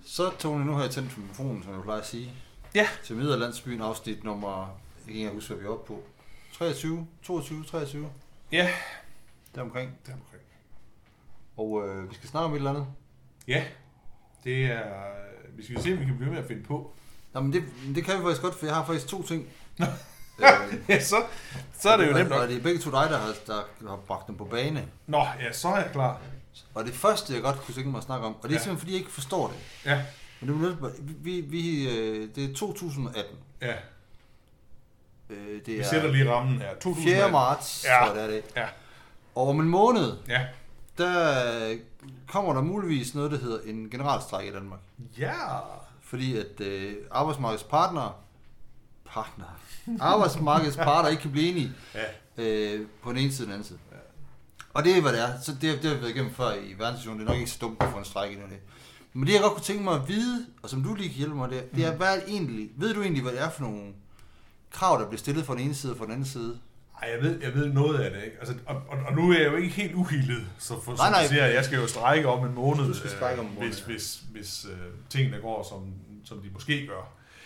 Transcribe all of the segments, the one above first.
Så Tony, nu har jeg tændt mikrofonen, som jeg plejer at sige. Ja. Til Midderlandsbyen, afsnit nummer, jeg kan ikke engang huske, hvad vi er oppe på. 23, 22, 23. Ja. Deromkring. Og vi skal snakke om et eller andet. Ja. Det er... Vi skal se, om vi kan blive med at finde på. Jamen det kan vi faktisk godt, for jeg har faktisk 2 ting. Ja, så er det jo nemt nok. Og det er begge to dig, der har bragt dem på bane. Nå, ja, så er jeg klar. Og det første, jeg godt kunne tænke mig at snakke om, og det er simpelthen, fordi jeg ikke forstår det. Ja. Men det er 2018. Ja. Det vi sætter lige rammen her. 4. marts, ja. tror jeg det er det. Ja. Og om en måned, ja. der kommer der muligvis noget, der hedder en generalstrejke i Danmark. Ja. Fordi at arbejdsmarkedets parter ikke kan blive enige på den ene side og den anden side. Ja. Og det er, hvad det er. Så det har vi været igennem før i verdenssituationen. Det er nok ikke så dumt at få en strejke endnu det. Men det, jeg godt kunne tænke mig at vide, og som du lige kan hjælpe mig, det er, hvad er det egentlig? Ved du egentlig, hvad det er for nogle krav, der bliver stillet fra den ene side og fra den anden side? Ej, jeg ved noget af det, ikke? Altså, og nu er jeg jo ikke helt uhildet, så du siger, jeg skal jo strejke om en måned, hvis tingene går, som de måske gør.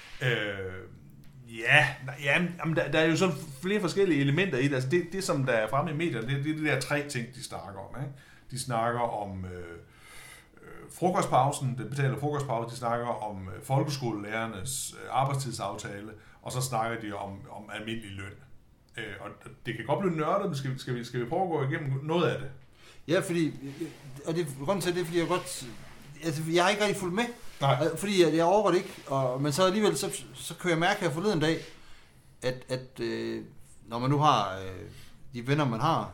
Jamen, der er jo sådan flere forskellige elementer i det. Altså det som der er fremme i medierne, det er de der 3 ting, de snakker om. Ikke? De snakker om frokostpausen, den betalte frokostpause, de snakker om folkeskolelærernes arbejdstidsaftale, og så snakker de om almindelig løn. Og det kan godt blive nørdet, men skal vi prøve at gå igennem noget af det? Ja, fordi, og det grunden til det, fordi jeg har ikke rigtig fulgt med. Nej. Fordi jeg overgår det ikke, men så alligevel, så kan jeg mærke her forleden dag, at når man nu har de venner, man har,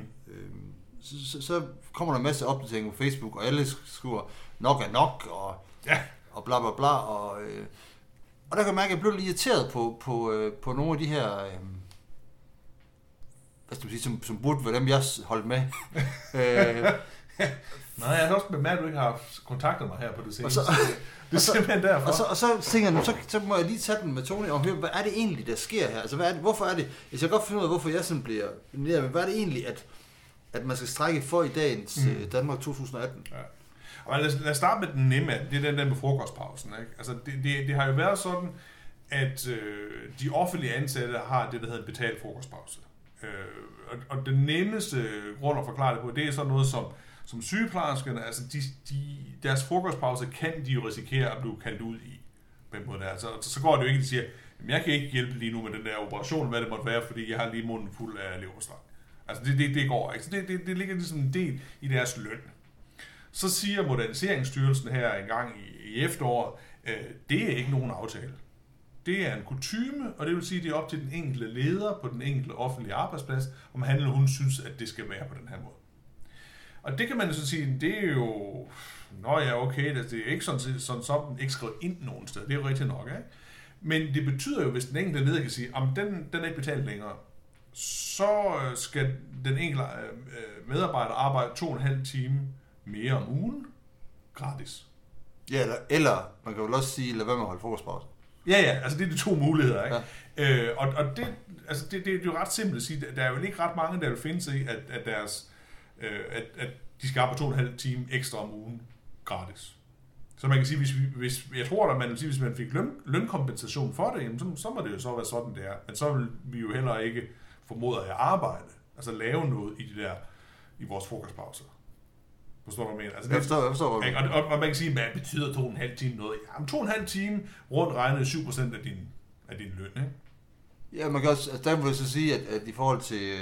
så kommer der en masse opdateringer på Facebook, og alle skriver, nok er nok, og bla bla bla, og der kan jeg mærke, at jeg blev lidt irriteret på nogle af de her, hvad skal man sige, som burde være dem, jeg holdt med. Nej, jeg har også bemærket, at du ikke har kontaktet mig her på det seneste. Det er simpelthen derfor. Og så tænker jeg, så må jeg lige tage den med Tony og høre, hvad er det egentlig, der sker her? Altså, hvorfor er det? Jeg kan godt finde ud af, hvorfor jeg sådan bliver men hvad er det egentlig, at man skal strække for i dagens Danmark 2018? Ja. Og lad os starte med den nemme, det er den der med frokostpausen. Ikke? Altså, det har jo været sådan, at de offentlige ansatte har det, der hedder en betalt frokostpause. Og den nemmeste grund at forklare det på, det er sådan noget som sygeplejerskerne, altså deres frokostpause kan de jo risikere at blive kaldt ud i. Altså, så går det jo ikke, at de siger, jeg kan ikke hjælpe lige nu med den der operation, hvad det måtte være, fordi jeg har lige munden fuld af leverpostej. Altså det går ikke. Så det ligger ligesom en del i deres løn. Så siger Moderniseringsstyrelsen her en gang i efteråret, det er ikke nogen aftale. Det er en kutyme, og det vil sige, at det er op til den enkelte leder på den enkelte offentlige arbejdsplads, om han eller hun synes, at det skal være på den her måde. Og det kan man jo så sige, det er jo... Nå ja, okay, det er ikke sådan ikke skrevet ind nogen sted. Det er jo rigtigt nok, ikke? Men det betyder jo, hvis den enkelte leder kan sige, at den er ikke betalt længere, så skal den enkelte medarbejder arbejde 2,5 time mere om ugen gratis. Ja, eller man kan jo også sige, lad være med at holde frokostpause. Ja, altså det er de 2 muligheder, ikke? Ja. Og det er jo ret simpelt at sige, der er jo ikke ret mange, der vil finde sig i, at de skal arbejde 2,5 time ekstra om ugen gratis. Så man kan sige, jeg tror, at man vil sige, hvis man fik lønkompensation for det, så må det jo så være sådan, det er. Men så vil vi jo heller ikke formode at arbejde, altså lave noget i vores frokostpauser. Forstår du, hvad jeg mener? Altså, jeg forstår. Og man kan sige, hvad betyder 2,5 time noget? Jamen 2,5 time rundt regnet 7% af din løn, ikke? Ja, man kan også, altså der vil jeg så sige, at i forhold til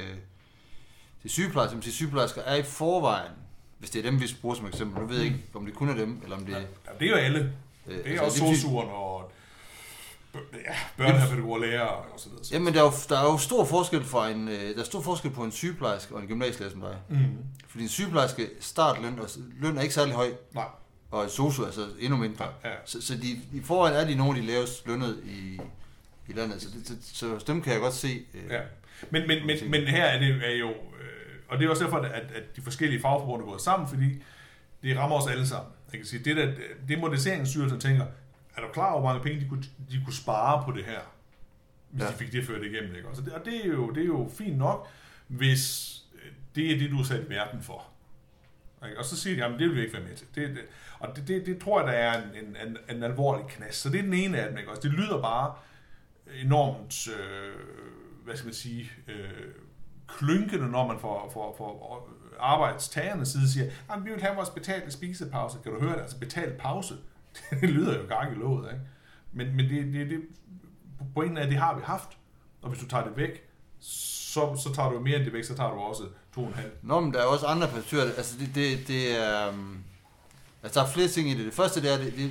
sygeplejersker er i forvejen, hvis det er dem, vi bruger som eksempel. Nu ved jeg ikke, om det kun er dem, eller om det... Ja, det er jo alle. Det er også sosu'erne og børnehavepædagoger, lærere og så videre. Jamen, der er jo stor forskel på en sygeplejerske og en gymnasielærer som dig. Fordi en sygeplejerske startløn og løn er ikke særlig høj. Nej. Og en sosu altså endnu mindre. Ja. Så i forvejen er de nogle af de lavest lønnet i landet. Så dem kan jeg godt se. Ja. Men her er jo og det er også derfor, at de forskellige fagforbund er gået sammen, fordi det rammer os alle sammen. Jeg kan sige, det Moderniseringsstyrelsen tænker, er du klar over, hvor mange penge de kunne spare på det her, hvis de fik det ført igennem, ikke? Og det er jo fint nok, hvis det er det, du er sat i verden for. Ikke? Og så siger de, jamen det vil vi ikke være med til. Det tror jeg, der er en alvorlig knast. Så det er den ene af dem, ikke også? Det lyder bare enormt, hvad skal man sige, klynkende, når man får arbejdstagernes side siger, jamen vi vil have vores betalte spisepause. Kan du høre det? Altså betalt pause. Det lyder jo gang i låget, ikke? Men det pointen er, at det har vi haft. Og hvis du tager det væk, så tager du mere end det væk, så tager du også 2,5. Nå, men der er også andre faktorer. Altså, det er... Altså, der er flere ting i det. Det første,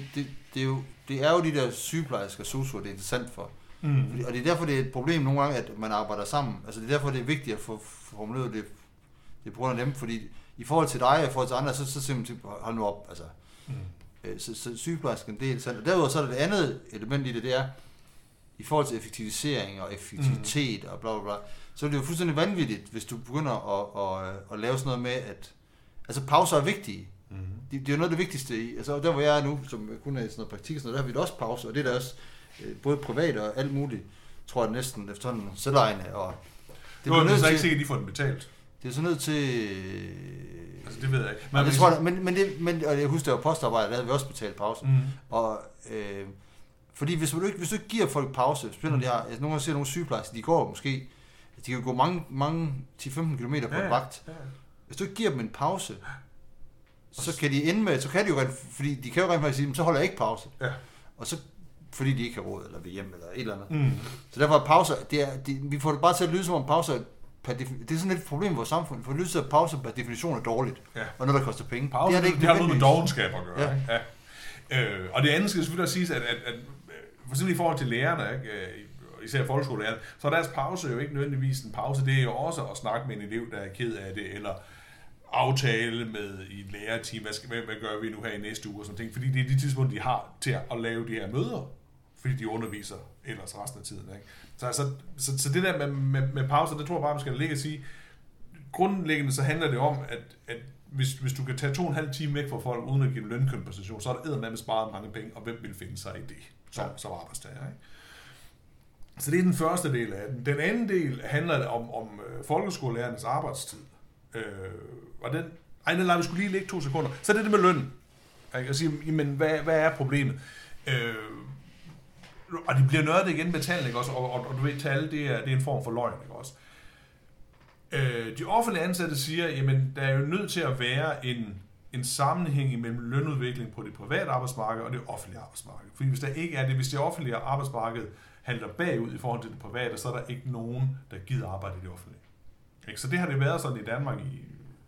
det er jo de der sygeplejersker og sosu'er, det er interessant for. Mm. Og det er derfor, det er et problem nogle gange, at man arbejder sammen. Altså, det er derfor, det er vigtigt at få formuleret det på grund af dem, fordi i forhold til dig og i forhold til andre, så simpelthen hold nu op. Altså, så sygeplejersken, det er interessant. Og derudover så er der det andet element i det er, i forhold til effektivisering og effektivitet og bla bla bla, så er det jo fuldstændig vanvittigt, hvis du begynder at lave sådan noget med, at altså pauser er vigtige. Det er jo noget af det vigtigste i. Altså der hvor jeg er nu, som kun er i sådan noget praktik, sådan noget, der har vi da også pauser, og det er der også både privat og alt muligt, tror jeg næsten efterhånden selvejende. Og det er så ikke sikkert, at de får den betalt. Det er så nødt til... Altså det ved jeg ikke. Men og jeg husker, der var postarbejde, der havde vi også betalt pause. Og fordi hvis du ikke giver folk pause, spiller de har, nogle gange ser nogle sygeplejersker, de går måske, de kan gå mange 10-15 km på en vagt. Hvis du ikke giver dem en pause, så kan de ende med, så kan de jo fordi de kan jo rent faktisk sige, så holder jeg ikke pause. Ja. Og så fordi de ikke har råd, eller vil hjem, eller et eller andet. Så derfor er pauser, vi får det bare til at lyde som om pauser, det er sådan et problem i vores samfund, for det lyder til, at pauser per definition er dårligt, og noget, der koster penge. Pause, det har noget med dovenskab at gøre. Ja. Ja. Og det andet skal selvfølgelig også siges, at for eksempel i forhold til lærerne, ikke? Især folkeskolelærerne, så er deres pause jo ikke nødvendigvis en pause, det er jo også at snakke med en elev, der er ked af det, eller aftale med i en lærerteam, hvad gør vi nu her i næste uge og sådan ting, fordi det er de tidspunkter, de har til at lave de her møder, fordi de underviser ellers resten af tiden. Ikke? Så det der med pauser, det tror jeg bare, man skal ligge og sige, grundlæggende så handler det om, at hvis du kan tage 2,5 timer væk fra folk, uden at give en lønkompensation, så er der eddermame sparet mange penge, og hvem vil finde sig i det som arbejdstager. Ikke? Så det er den første del af den. Den anden del handler om folkeskolelærernes arbejdstid. Og den lader vi skulle lige ligge 2 sekunder. Så er det med løn. Og sige, jamen, hvad er problemet? Og de bliver nørdet igen med tallene, ikke også? Og du ved, tal, det er en form for løgn, ikke også? De offentlige ansatte siger, jamen, der er jo nødt til at være en sammenhæng imellem lønudvikling på det private arbejdsmarked og det offentlige arbejdsmarked. Fordi hvis der ikke er det, hvis det offentlige arbejdsmarked handler bagud i forhold til det private, så er der ikke nogen, der gider arbejde i det offentlige. Ikke? Så det har det været sådan i Danmark i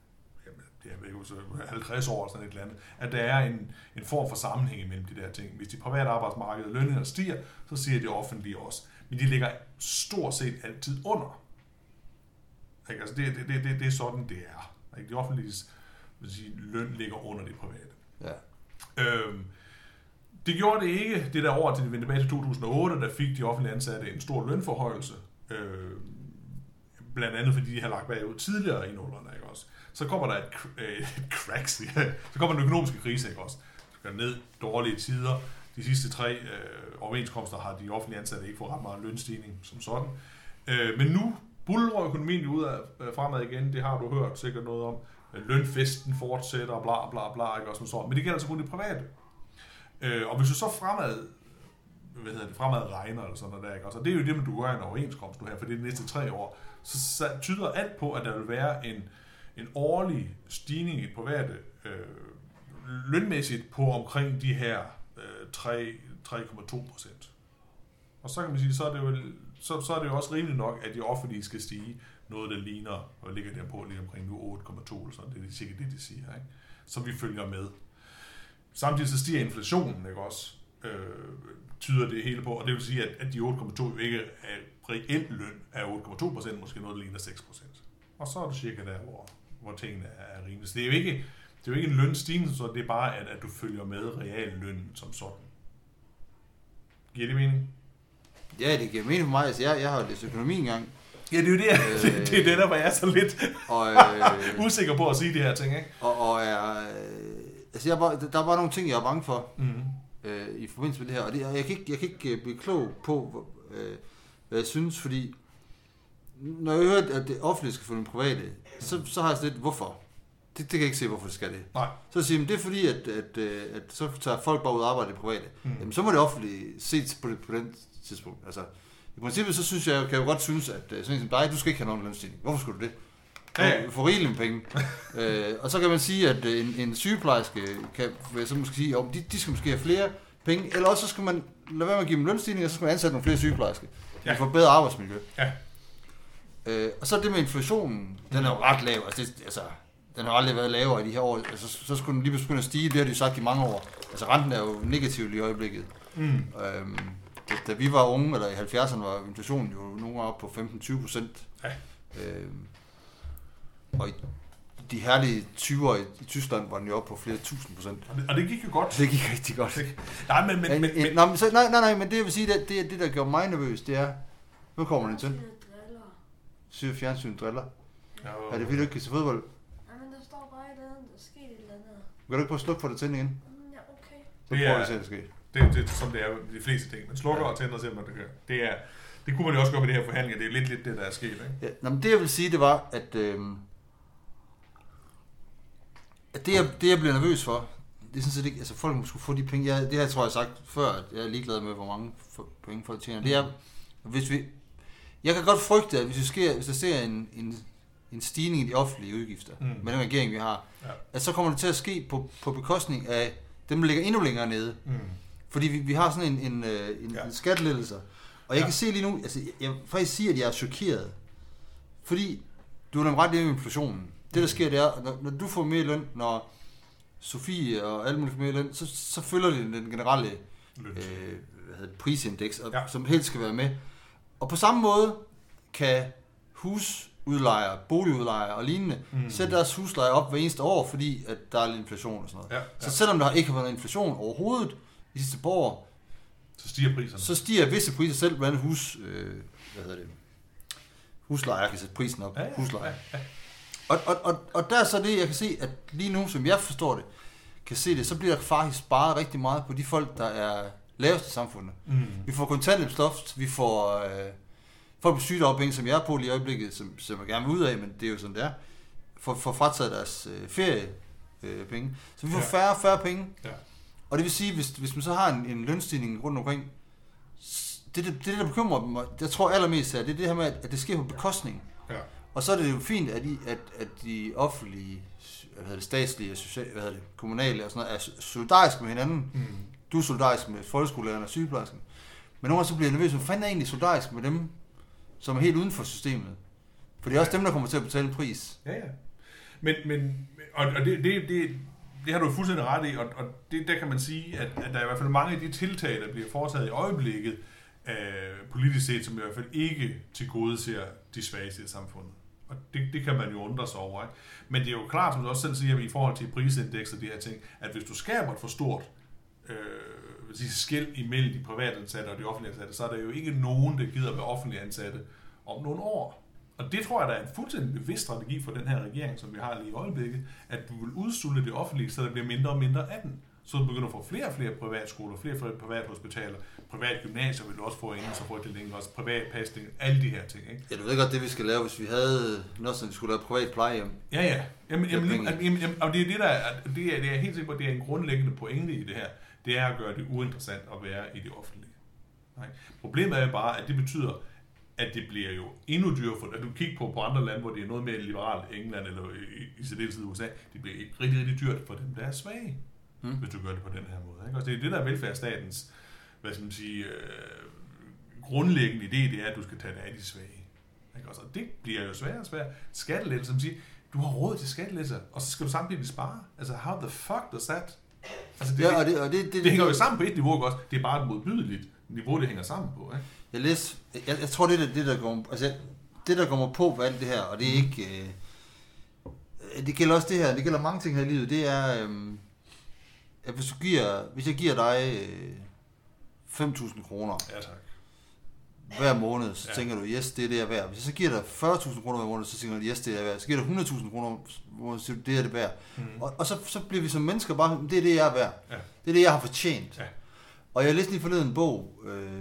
50 år, sådan et eller andet, at der er en form for sammenhæng imellem de der ting. Hvis de private arbejdsmarked lønningerne stiger, så siger de offentlige også. Men de ligger stort set altid under. Ikke? Altså det er sådan, det er. Ikke? De offentlige løn ligger under det private. Ja. Det gjorde det ikke det der år, til de vendte tilbage til 2008, der fik de offentlige ansatte en stor lønforhøjelse. Blandt andet fordi de har lagt bagud tidligere i nullerne, ikke også? Så kommer der et crack, så kommer den økonomiske krise, ikke også? Så går ned dårlige tider. De sidste 3 overenskomster har de offentlige ansatte ikke fået ret meget lønstigning som sådan. Men nu buldrer økonomien ud af fremad igen, det har du hørt sikkert noget om. Lønfesten fortsætter, bla bla bla, ikke også sådan. Men det gælder altså kun det private. Og hvis du så fremad regner eller sådan noget der, ikke også? Og det er jo det, du gør en overenskomst nu her, for det er de næste 3 år. Så tyder alt på, at der vil være en årlig stigning i private lønmæssigt på omkring de her 3,2%. Og så kan man sige, så er det jo også rimeligt nok, at de offentlige skal stige noget, der ligner, og ligger der på lige omkring nu 8,2 eller sådan, det er sikkert det, de siger, ikke? Så vi følger med. Samtidig så stiger inflationen, ikke også? Tyder det hele på, og det vil sige, at de 8,2 ikke er reelt løn af 8,2%, måske noget, der ligner 6%. Og så er det cirka der, hvor tingene er rimelige. Så det er jo ikke en lønstigning, så det er bare, at du følger med reallønnen som sådan. Giver det mening? Ja, det giver mening for mig. Altså, jeg har jo læst økonomi engang. Ja, det er jo det. Det er det, der var jeg så lidt usikker på at sige de her ting, ikke? Altså, der er bare nogle ting, jeg er bange for i forbindelse med det her. Og jeg kan ikke blive klog på, hvad jeg synes, fordi når jeg hører, at det offentlige skal følge private, så har jeg sådan lidt, hvorfor? Det kan jeg ikke se, hvorfor det skal det. Nej. Så siger man, det er fordi, at så tager folk bare ud og arbejde i private. Jamen, så må det offentlige ses på den tidspunkt. Altså, i princippet, så synes jeg, kan jeg jo godt synes, at sådan som dig, du skal ikke have nogen lønstigning. Hvorfor skulle du det? Du får rigeligt med penge. Og så kan man sige, at en sygeplejerske kan så måske sige, at de skal måske have flere penge, eller også så skal man lade være med at give dem lønstigning, og så skal man ansætte nogle flere sygeplejersker. Ja. For bedre arbejdsmiljø. Ja. Og så det med inflationen, den er jo ret lav. Altså, den har aldrig været lavere i de her år. Altså, så skulle den lige begynde at stige, det har de jo sagt i mange år. Altså renten er jo negativ i øjeblikket. Da vi var unge, eller i 70'erne, var inflationen jo nogle år op på 15-20%. Ja. Og i de herlige 20'ere i Tyskland var den jo op på flere 1000%. Og det gik jo godt. Det gik rigtig godt. Nej, men det jeg vil sige, det der gjorde mig nervøs, det er, nu kommer den til. Syge fjernsyn driller. Er det fordi, du ikke kan se fodbold? Nej, men der står bare et eller andet, der er sket et eller andet. Kan du ikke prøve at slukke for det tænde igen? Ja, okay. Så prøver vi at se, det ske. Det er som det er de fleste ting. Man slukker og tænder og ser, man det gør. Det kunne man jo også gøre med det her forhandlinger. Det er lidt det, der er sket, ikke? Ja, men det jeg vil sige, det var, at det jeg bliver nervøs for, det er sådan set ikke, altså folk må skulle få de penge, det her tror jeg sagt før, at jeg er ligeglad med, hvor mange penge folk tjener. Det er, jeg kan godt frygte, at hvis der ser en stigning i de offentlige udgifter, med den regering, vi har, at så kommer det til at ske på bekostning af dem, der ligger endnu længere nede. Fordi vi har sådan en skattelettelser. Og jeg kan se lige nu, altså jeg vil faktisk sige, at jeg er chokeret. Fordi du har nemlig ret i inflationen. Det der sker, det er, når du får mere løn, når Sofie og alle mulige får mere løn, så følger det den generelle prisindeks, som helst skal være med. Og på samme måde kan husudlejere, boligudlejere og lignende sætte deres husleje op hver eneste år, fordi at der er lidt inflation og sådan noget. Så selvom der ikke har været inflation overhovedet i sidste par år, så stiger visse priser selv, blandt andet huslejer kan sætte prisen op. Huslejer. Og der er så det, jeg kan se, at lige nu, som jeg forstår det, kan se det, så bliver der faktisk sparet rigtig meget på de folk, der er lavest i samfundet. Vi får kontanthjælpsloft, vi får folk på sygedagpenge, som jeg er på lige i øjeblikket, som jeg gerne vil ud af, men det er jo sådan, det er, får frataget deres feriepenge. Så vi får færre og færre penge. Ja. Og det vil sige, hvis man så har en lønstigning rundt omkring, det der bekymrer mig, jeg tror allermest er, det er det her med, at det sker på bekostning. Ja. Og så er det jo fint, at de offentlige, statslige og kommunale og sådan noget, er solidariske med hinanden. Du er solidarisk med folkeskolelærerne og sygeplejersken. Men nogle gange så bliver jeg nervøs, hvor fanden er egentlig solidarisk med dem, som er helt uden for systemet? For det er også dem, der kommer til at betale en pris. Ja. Men det har du fuldstændig ret i, og der kan man sige, at der er i hvert fald mange af de tiltag, der bliver foretaget i øjeblikket, politisk set, som i hvert fald ikke tilgodeser de svageste i samfundet. Og det kan man jo undre sig over. Ikke? Men det er jo klart, som du også selv siger, i forhold til prisindeks og de her ting, at hvis du skaber et for stort skel imellem de private ansatte og de offentlige ansatte, så er der jo ikke nogen, der gider være offentlige ansatte om nogle år. Og det tror jeg, der er en fuldstændig bevidst strategi for den her regering, som vi har lige i øjeblikket, at du vil udsulte det offentlige, så der bliver mindre og mindre af den. Så du begynder at få flere og flere privatskoler, flere og flere privathospitaler, privat gymnasier vil du også få inden, så får det længe også privat pasning, alle de her ting. Ikke? Ja, du ved godt det, vi skal lave, hvis vi havde noget, som vi skulle lave privat plejehjem. Ja. Og det er det, der er, det er helt sikkert, det er en grundlæggende pointe i det her. Det er at gøre det uinteressant at være i det offentlige. Nej. Problemet er jo bare, at det betyder, at det bliver jo endnu dyrere for, at du kigger på andre lande, hvor det er noget mere liberalt, England eller i særdeleshed USA, det bliver rigtig, rigtig dyrt for dem, der er svage, hvis du gør det på den her måde. Ikke? Og det er det, der er velfærdsstatens, hvad skal man sige, grundlæggende idé, det er, at du skal tage dig af de svage. Ikke? Og det bliver jo sværere og sværere. Skattelettelser, som siger, du har råd til skattelettelser, og så skal du samtidig spare. Altså, how the fuck does that? Altså, det hænger jo sammen på et niveau, også. Det er bare et modbydeligt niveau, det hænger sammen på. Ikke? Jeg tror, det der går mig på alt det her, og det er ikke... det gælder også det her, det gælder mange ting her i livet, det er, at hvis jeg giver dig 5.000 kroner hver måned, så tænker du, yes, det er det, jeg er værd. Hvis jeg så giver dig 40.000 kroner hver måned, så tænker du, yes, det er det, jeg er værd. Så giver dig 100.000 kroner hver måned, så det er det værd. Og så bliver vi som mennesker bare, det er det, jeg er værd. Ja. Det er det, jeg har fortjent. Ja. Og jeg læste lige forleden en bog,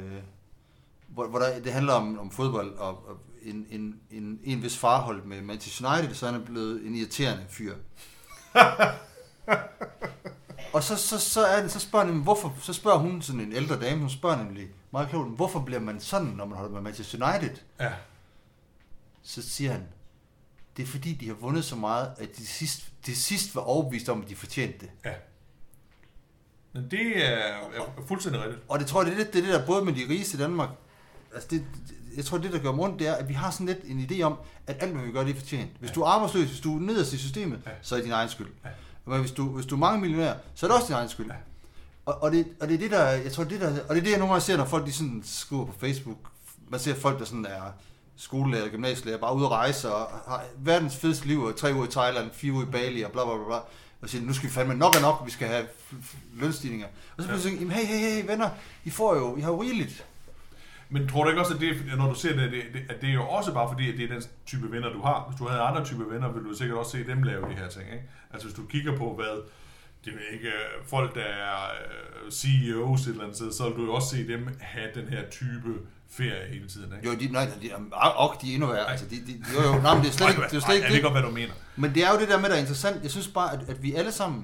hvor det handler om fodbold, og en vis farhold med Manchester United, så han er blevet en irriterende fyr. Og så spørger han, hvorfor, så spørger hun sådan en ældre dame, hun spørger nemlig meget klogt, hvorfor bliver man sådan, når man holder med Manchester United? Ja. Så siger han, det er fordi, de har vundet så meget, at de sidst var overbevist om, at de fortjente det. Ja. Men det er fuldstændig rigtigt. Og det tror jeg, det er det der både med de rigeste i Danmark, altså jeg tror, det der gør mig ondt, det er, at vi har sådan lidt en idé om, at alt, hvad vi gør, det er fortjent. Hvis du er arbejdsløs, hvis du er nederst i systemet, så er det din egen skyld. Ja. Men hvis du er mange millionær, så er det også din egen skyld. Ja. Og det er det der, jeg tror, og det er det, jeg nogle gange ser, når folk de sådan skriver på Facebook. Man ser folk, der sådan er skolelærer, gymnasielærer, bare ude at rejse og har verdens fedeste liv, og 3 uger i Thailand, 4 uger i Bali og bla bla bla. Og siger, nu skal vi fandme nok og nok, vi skal have lønstigninger. Og så bliver jeg sådan, hey venner, I har jo rigeligt. Men tror du ikke også, at det, når du ser det, at det er jo også bare fordi, at det er den type venner, du har? Hvis du havde andre type venner, ville du sikkert også se dem lave de her ting, ikke? Altså hvis du kigger på, hvad det er ikke folk, der er CEOs et eller andet sted, så vil du jo også se dem have den her type ferie hele tiden, ikke? Jo, de er endnu værre. Altså, jo, nej, men det er slet ikke det. Jeg ved godt, hvad du mener. Men det er jo det der med, der er interessant. Jeg synes bare, at vi alle sammen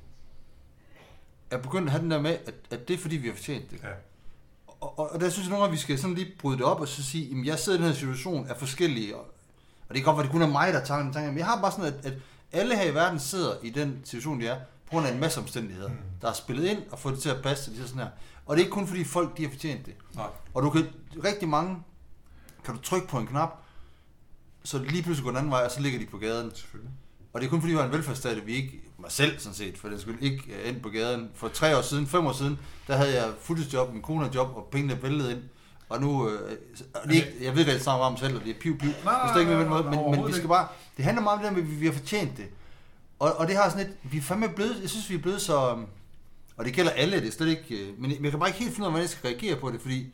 er begyndt at have den der med, at det er fordi, vi har fortjent det. Ja. Og der synes jeg nogle gange, vi skal sådan lige bryde det op og så sige, at jeg sidder i den her situation af forskellige, og det kan godt være, det kun er mig, der tager den tanke, men jeg har bare sådan, at alle her i verden sidder i den situation, de er, på grund af en masse omstændigheder, der er spillet ind og fået det til at passe til sådan her. Og det er ikke kun fordi folk, de har fortjent det. Nej. Og du kan rigtig mange, kan du trykke på en knap, så lige pludselig går den anden vej, og så ligger de på gaden. Selvfølgelig. Og det er kun fordi, vi har en velfærdsstat, at vi ikke, mig selv sådan set, for den skulle ikke ind på gaden. For 3 år siden, 5 år siden, der havde jeg fuldtidsjob, en konejob, og pengene væltede ind. Og nu, jeg ved, hvad jeg snakker om selv, og det er piv. Men vi skal bare, det handler meget om det, at vi har fortjent det. Og det har sådan et, vi er fandme blevet, jeg synes, vi er blevet så, og det gælder alle, det er slet ikke, men jeg kan bare ikke helt finde ud af, hvordan jeg skal reagere på det, fordi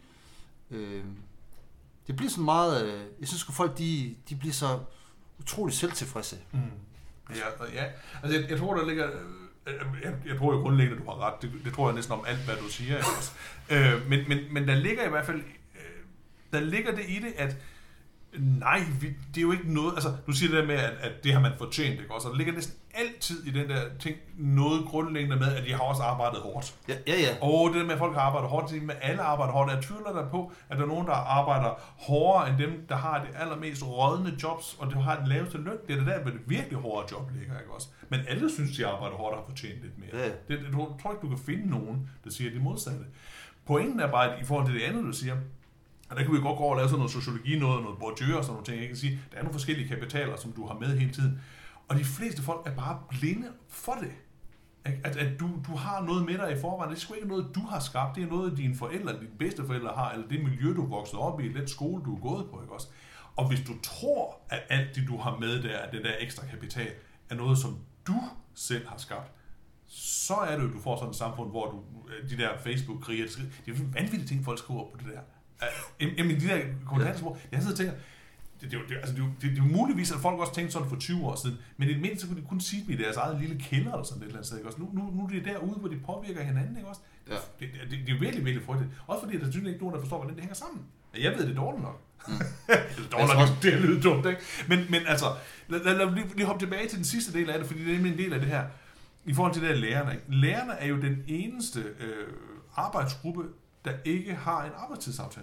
det bliver sådan meget, jeg synes at folk, de bliver så utroligt selvtilfredse. Ja, altså jeg tror, der ligger, jeg tror jo grundlæggende, du har ret, det tror jeg næsten om alt, hvad du siger, også. Men der ligger i hvert fald, der ligger det i det, at nej, det er jo ikke noget, altså du siger det der med, at det har man fortjent, ikke også? Og der ligger næsten altid i den der ting noget grundlæggende med, at de har også arbejdet hårdt. Ja. Og det der med, at folk har arbejdet hårdt, det med at alle arbejder hårdt. Jeg tvivler der på, at der er nogen, der arbejder hårdere end dem, der har det allermest rådne jobs, og der har den laveste løn. Det er det der, hvor det virkelig hårde job ligger, ikke også? Men alle synes, de arbejder hårdt og har fortjent lidt mere. Ja. Jeg tror ikke, du kan finde nogen, der siger det modsatte. Pointen er bare, at i forhold til det andet, du siger, og der kan vi godt gå over og lave sådan noget sociologi, noget Bourdieu og sådan nogle ting. Jeg kan sige, der er nogle forskellige kapitaler, som du har med hele tiden. Og de fleste folk er bare blinde for det. At du har noget med dig i forvejen. Det er sgu ikke noget, du har skabt. Det er noget, dine forældre, dine bedsteforældre har, eller det miljø, du er vokset op i, den skole, du er gået på, ikke også? Og hvis du tror, at alt det, du har med der, det der ekstra kapital, er noget, som du selv har skabt, så er det jo, du får sådan et samfund, hvor du, de der Facebook-kriger, det er jo vanvittige ting, folk skriver på det der. Jamen de der kommentarspor, jeg sidder og tænker, det er jo muligvis, at folk også tænkte sådan for 20 år siden, men i det mindste kunne de kun sige dem i deres eget lille kælder eller sådan et eller andet sted, ikke også? Nu er det derude, hvor de påvirker hinanden, ikke også? Ja. Det er jo virkelig, virkelig frygteligt. Også fordi, der er ikke nogen, der forstår, hvordan det hænger sammen. Jeg ved det dårligt nok. Det er lyder dumt, ikke? Men altså, lad lige hoppe tilbage til den sidste del af det, fordi det er nemlig en del af det her, i forhold til det her lærerne. Lærerne er jo den eneste arbejdsgruppe, der ikke har en arbejdstidsaftale.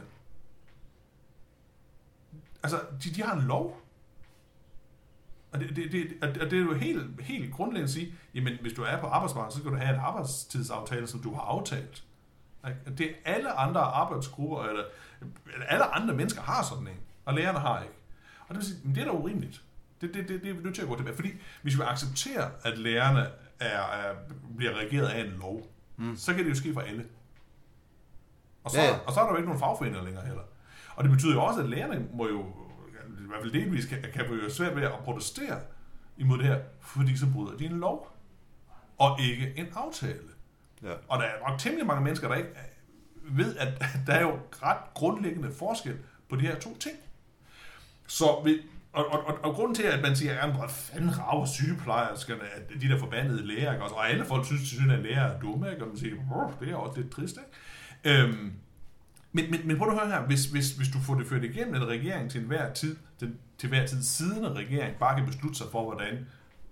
Altså, de har en lov. Og det er jo helt grundlæggende at sige, jamen, hvis du er på arbejdsmarkedet, så skal du have en arbejdstidsaftale, som du har aftalt. Det er alle andre arbejdsgrupper, eller alle andre mennesker har sådan en, og lærerne har ikke. Og det vil sige, det er da urimeligt. Det er vi nødt til at gå tilbage. Fordi hvis vi accepterer, at lærerne bliver regeret af en lov, så kan det jo ske for alle. Og så er der jo ikke nogen fagforeninger længere heller. Og det betyder jo også, at lærerne må jo, i hvert fald delvis, kan jo svært ved at protestere imod det her, fordi så bryder de en lov, og ikke en aftale. Ja. Og der er nok temmelig mange mennesker, der ikke ved, at der er jo ret grundlæggende forskel på de her to ting. Så og grunden til, at man siger, at hvor fanden rager sygeplejerskerne, at de der forbandede læger, ikke? Og alle folk synes, at læger er dumme, ikke? Og man siger, det er også lidt trist, ikke? Men prøv at høre her, hvis du får det ført igennem, en regering til hver tid siddende regering bare kan beslutte sig for, hvordan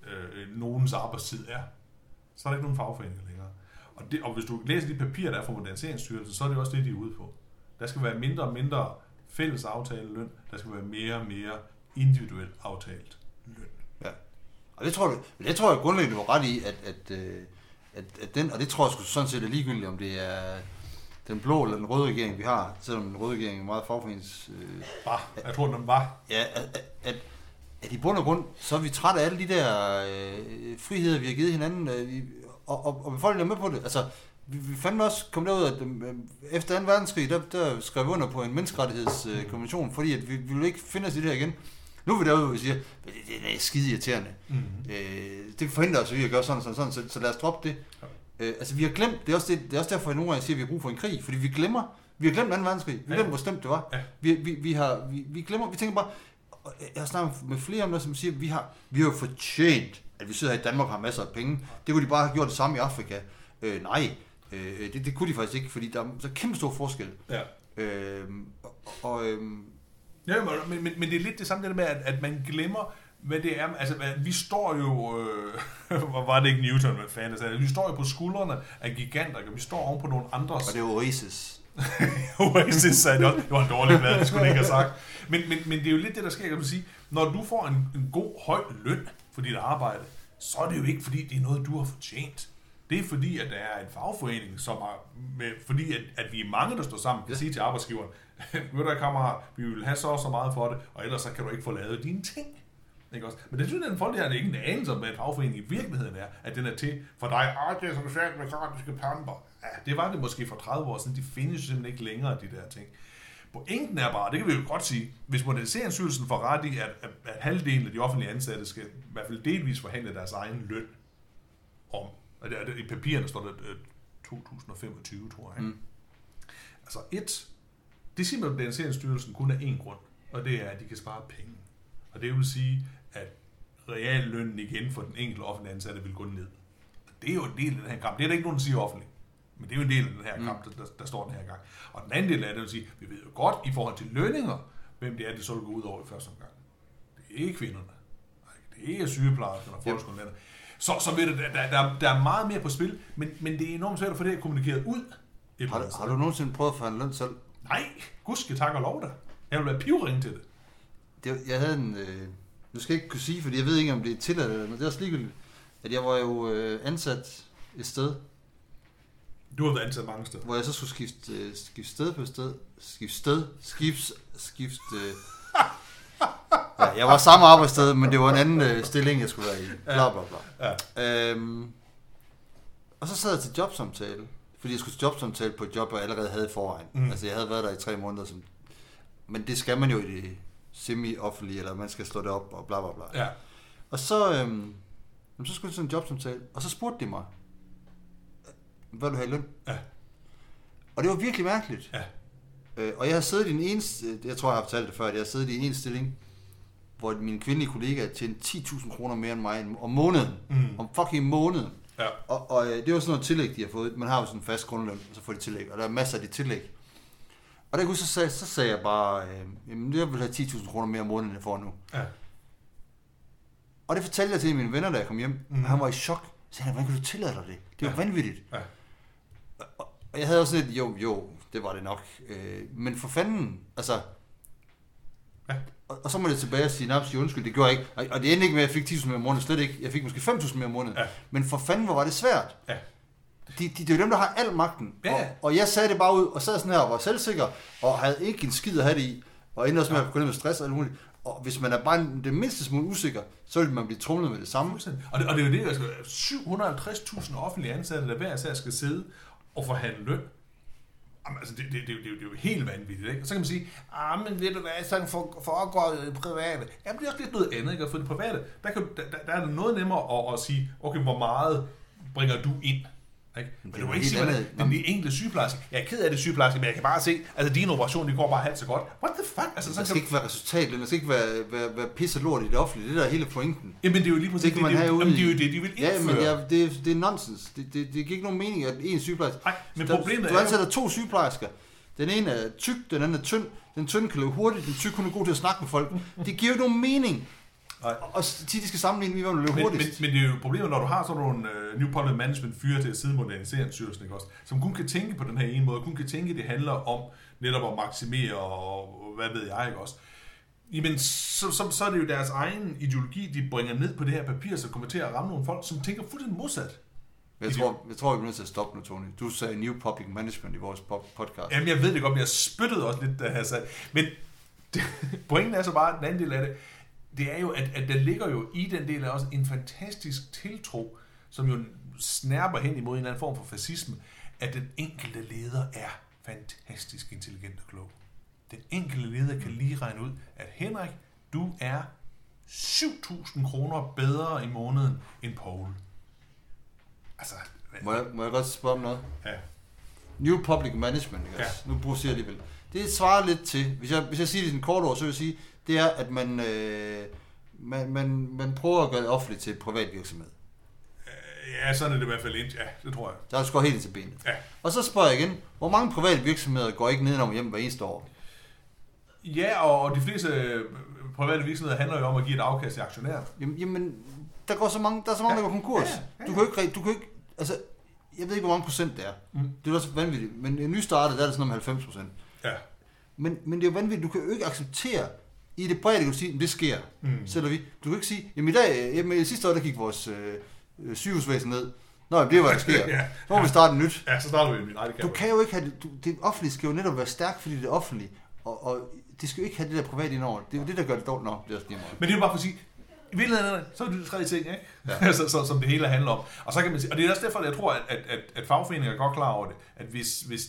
nogens arbejdstid er, så er der ikke nogen fagforeninger længere. Og hvis du læser de papirer, der er fra Moderniseringsstyrelsen, så er det også det, de er ude på. Der skal være mindre og mindre fælles aftaleløn, der skal være mere og mere individuelt aftalt løn. Ja. Og det tror jeg grundlæggende var ret i, at den, og det tror jeg sgu sådan set er ligegyldigt, om det er den blå eller den røde regering, vi har, selvom den røde regering er meget fagforenings... Jeg tror, den var. Ja, at i bund og grund, så er vi trætte af alle de der friheder, vi har givet hinanden, og befolkningen er med på det. Altså, vi fandme også kom derud, at efter 2. verdenskrig, der skrev vi under på en menneskerettighedskonvention, fordi at vi ville ikke finde os i det her igen. Nu er vi derude, hvor vi siger, at det er skide irriterende. Det forhindrer os, at vi gør sådan, så lad os droppe det. Altså, vi har glemt, det er også derfor, at nogle gange siger, at vi har brug for en krig, fordi vi har glemt 2. verdenskrig. Vi glemmer, hvor slemt det var. Vi glemmer, vi tænker bare, jeg har snakket med flere om det, som siger, at vi har jo fortjent, at vi sidder her i Danmark og har masser af penge. Det kunne de bare have gjort det samme i Afrika. Nej, det kunne de faktisk ikke, fordi der er så kæmpe stor forskel. Ja. Ja, men det er lidt det samme det med, at man glemmer, hvad det er. Altså, vi står jo... var det ikke Newton, hvad fanden sagde? Vi står jo på skuldrene af giganter, og vi står oven på nogle andres... Og det er Oasis. Oasis sagde det også. Det var en dårlig blad, det skulle ikke have sagt. Men det er jo lidt det, der sker, kan man sige. Når du får en god, høj løn for dit arbejde, så er det jo ikke, fordi det er noget, du har fortjent. Det er fordi, at der er en fagforening, som er fordi at vi er mange, der står sammen, kan sige til arbejdsgiveren, ved du, kammerat, vi vil have så meget for det, og ellers så kan du ikke få lavet dine ting. Ikke også? Men det synes jeg, at folk her er ikke en anelse om, hvad en fagforening i virkeligheden er, at den er til for dig, det er socialdemokratiske pamper. Ja, det var det måske for 30 år siden, de findes simpelthen ikke længere, de der ting. Pointen er bare, det kan vi jo godt sige, hvis Moderniseringsstyrelsen får ret i, at halvdelen af de offentlige ansatte skal i hvert fald delvis forhandle deres egen løn om. Og i papirerne står der 2025, tror jeg. Altså det siger Moderniseringsstyrelsen kun af én grund, og det er, at de kan spare penge. Og det vil sige, at reallønnen igen for den enkelte offentlige ansatte vil gå ned. Og det er jo en del af den her kamp. Det er der ikke nogen, der siger offentligt. Men det er jo en del af den her kamp, der står den her gang. Og den anden del af det vil sige, vi ved jo godt i forhold til lønninger, hvem det er, det så vil gå ud over i første omgang. Det er ikke kvinderne. Det er ikke sygeplejerskerne og folkeskolelærerne. Så ved du, der er meget mere på spil, men det er enormt svært at få det her kommunikeret ud. Har du nogensinde prøvet at få en løn selv? Nej, gudske tak og lov da. Jeg vil være pivringe til det. Jeg havde en... Nu skal jeg ikke kunne sige, fordi jeg ved ikke, om det er tilladt eller, men det er også ligegyldigt, at jeg var jo ansat et sted. Du har været ansat mange steder. Hvor jeg så skulle skifte sted på sted. Ja, jeg var samme arbejdssted, men det var en anden stilling, jeg skulle være i. Bla, bla, bla. Ja. Og så sad jeg til jobsamtale, fordi jeg skulle til jobsamtale på et job, jeg allerede havde i forvejen. Altså, jeg havde været der i 3 måneder. Men det skal man jo i det semi-offentlige, eller man skal slå det op og bla, bla, bla. Ja. Og så skulle jeg til en jobsamtale, og så spurgte de mig, hvad du have i løn? Ja. Og det var virkelig mærkeligt. Ja. Og jeg har siddet i en eneste, jeg tror jeg har fortalt det før, at jeg har siddet i en stilling, hvor min kvindelige kollega tjente 10.000 kroner mere end mig om måneden. Om fucking måneden. Ja. Og det var sådan noget tillæg, de har fået. Man har jo sådan en fast grundløn, og så får de tillæg. Og der er masser af de tillæg. Og der så sagde jeg bare, jeg vil have 10.000 kroner mere om måneden, end jeg får nu. Ja. Og det fortalte jeg til mine venner, da jeg kom hjem. Og han var i chok. Så sagde han, hvordan kan du tillade dig det? Det er jo vanvittigt. Ja. Og jeg havde også lidt, jo, det var det nok. Men for fanden, altså... Ja. Og så må det tilbage og sige undskyld, det gjorde jeg ikke. Og det endte ikke med, at jeg fik 10.000 mere om måneden, slet ikke. Jeg fik måske 5.000 mere om måneden. Ja. Men for fanden, hvor var det svært. Ja. Det er jo dem, der har al magten. Ja. Og jeg sagde det bare ud, og sad sådan her og var selvsikker, og havde ikke en skid at have det i. Og endte også med at gå ned med stress og alt muligt. Og hvis man er bare det mindste smule usikker, så vil man blive trumlet med det samme. Og det er jo det, altså 750.000 offentlige ansatte, der hver sag skal sidde og forhandle løn. Jamen, altså, det er jo helt vanvittigt, ikke? Og så kan man sige, men ved du hvad, sådan foregår det private. Jamen, det er også lidt noget andet, ikke? For det private, der er det noget nemmere at sige, okay, hvor meget bringer du ind? Ikke? Men du må ikke sige, at den enkelte sygeplejerske, jeg er ked af det sygeplejerske, men jeg kan bare se, altså dine operationer, de går bare halvt så godt. What the fuck? Altså, der skal ikke være resultat, der skal ikke være pisse lort i det offentlige, det der er hele pointen. Jamen det er jo lige præcis det, det er jo det, de vil indføre. Ja, men det er nonsens. Det giver ikke nogen mening, at en sygeplejerske... Nej, men problemet du ansætter 2 sygeplejersker. Den ene er tyk, den anden er tynd. Den tynde kan løbe hurtigt, den tyk hun er god til at snakke med folk. Det giver jo ikke nogen mening. Og tit de skal sammenligne, hvem der løber hurtigst. Men det er jo problemet, når du har sådan nogle New Public Management fyre til at sidde moderniseringsstyrelsen, ikke også? Som kun kan tænke på den her ene måde, kun kan tænke, det handler om netop at maksimere og hvad ved jeg, ikke også? Jamen, så er det jo deres egen ideologi, de bringer ned på det her papir, så kommer til at ramme nogle folk, som tænker fuldstændig modsat. Jeg tror, vi er nødt til at stoppe nu, Tony. Du sagde New Public Management i vores podcast. Jamen, jeg ved det godt, men jeg spyttede også lidt, da jeg sagde. Men pointen er så bare, den anden del af det, det er jo, at der ligger jo i den del af også en fantastisk tiltro, som jo snærper hen imod en eller anden form for fascisme, at den enkelte leder er fantastisk intelligent og klog. Den enkelte leder kan lige regne ud, at Henrik, du er 7.000 kroner bedre i måneden end Poul. Altså, må jeg godt spørge om noget? Ja. New Public Management, ikke? Ja. Nu bruger jeg alligevel. Det svarer lidt til, hvis jeg siger det i en kort ord, så vil jeg sige, det er, at man prøver at gøre det offentligt til privat virksomhed. Ja, sådan er det i hvert fald ikke. Ja, det tror jeg. Der går helt ind til benet. Ja. Og så spørger jeg igen, hvor mange private virksomheder går ikke nedenom hjem hver eneste år? Ja, og de fleste private virksomheder handler jo om at give et afkast til aktionærer. Jamen der er så mange, der går konkurs. Ja. Du kan ikke, altså, jeg ved ikke, hvor mange procent det er. Det er også vanvittigt. Men en nystartet, der er det sådan om 90%. Ja. Men det er jo vanvittigt. Du kan jo ikke acceptere, i det brede, kan du sige, at det sker. Selvom vi. Du kan ikke sige, jamen i dag, sidste år, der gik vores sygehusvæsen ned. Nå, det er, hvad der sker. Ja. Så må vi starte nyt. Ja, så starter vi. Nej, det kan du kan jo ikke have det. Det offentlige skal jo netop være stærkt, fordi det er offentligt. Og det skal jo ikke have det der private indover. Det er jo det, der gør det dårligt nok. Det er også men det er jo bare for at sige, i virkeligheden så er det de tre ting, ikke? Ja. Som det hele handler om. Og så kan man sige, og det er også derfor, at jeg tror, at fagforeninger er godt klar over det, at hvis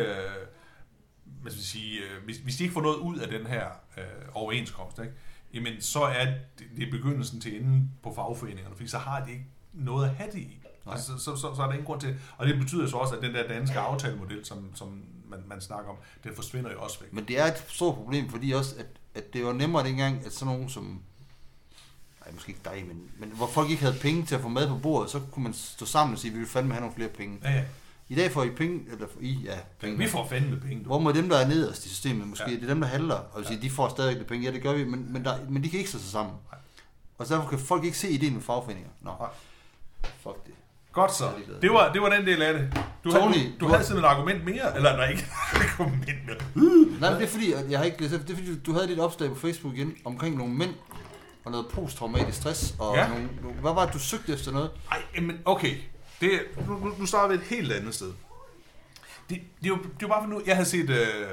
de ikke får noget ud af den her overenskomst, ikke? Jamen så er det begyndelsen til enden på fagforeningerne, fordi så har de ikke noget at have det i. Altså, så er der ingen grund til. Og det betyder så også, at den der danske aftalemodel, som man snakker om, den forsvinder jo også væk. Men det er et stort problem, fordi også, at det var nemmere dengang, at sådan nogen som, måske ikke dig, men hvor folk ikke havde penge til at få mad på bordet, så kunne man stå sammen og sige, at vi vil fandme have nogle flere penge. Ja. I dag får I penge, penge. Vi får fandme penge. Hvor må dem, der er nederst i systemet, måske det er dem, der handler, og sige, de får stadig det penge. Ja, det gør vi, men de kan ikke stå sig sammen. Nej. Og så derfor kan folk ikke se ideen med fagforeninger. Nå, fuck det. Godt så. Det var den del af det. Du havde sådan et argument mere? Eller nej, ikke argument mere. Nej, det er fordi, jeg har ikke læst efter. Det er fordi, du havde lidt opslag på Facebook igen, omkring nogle mænd, og noget posttraumatisk stress, og hvad var det, du søgte efter noget? Nej, men okay. Nu starter vi et helt andet sted. Det er jo bare for nu, jeg havde set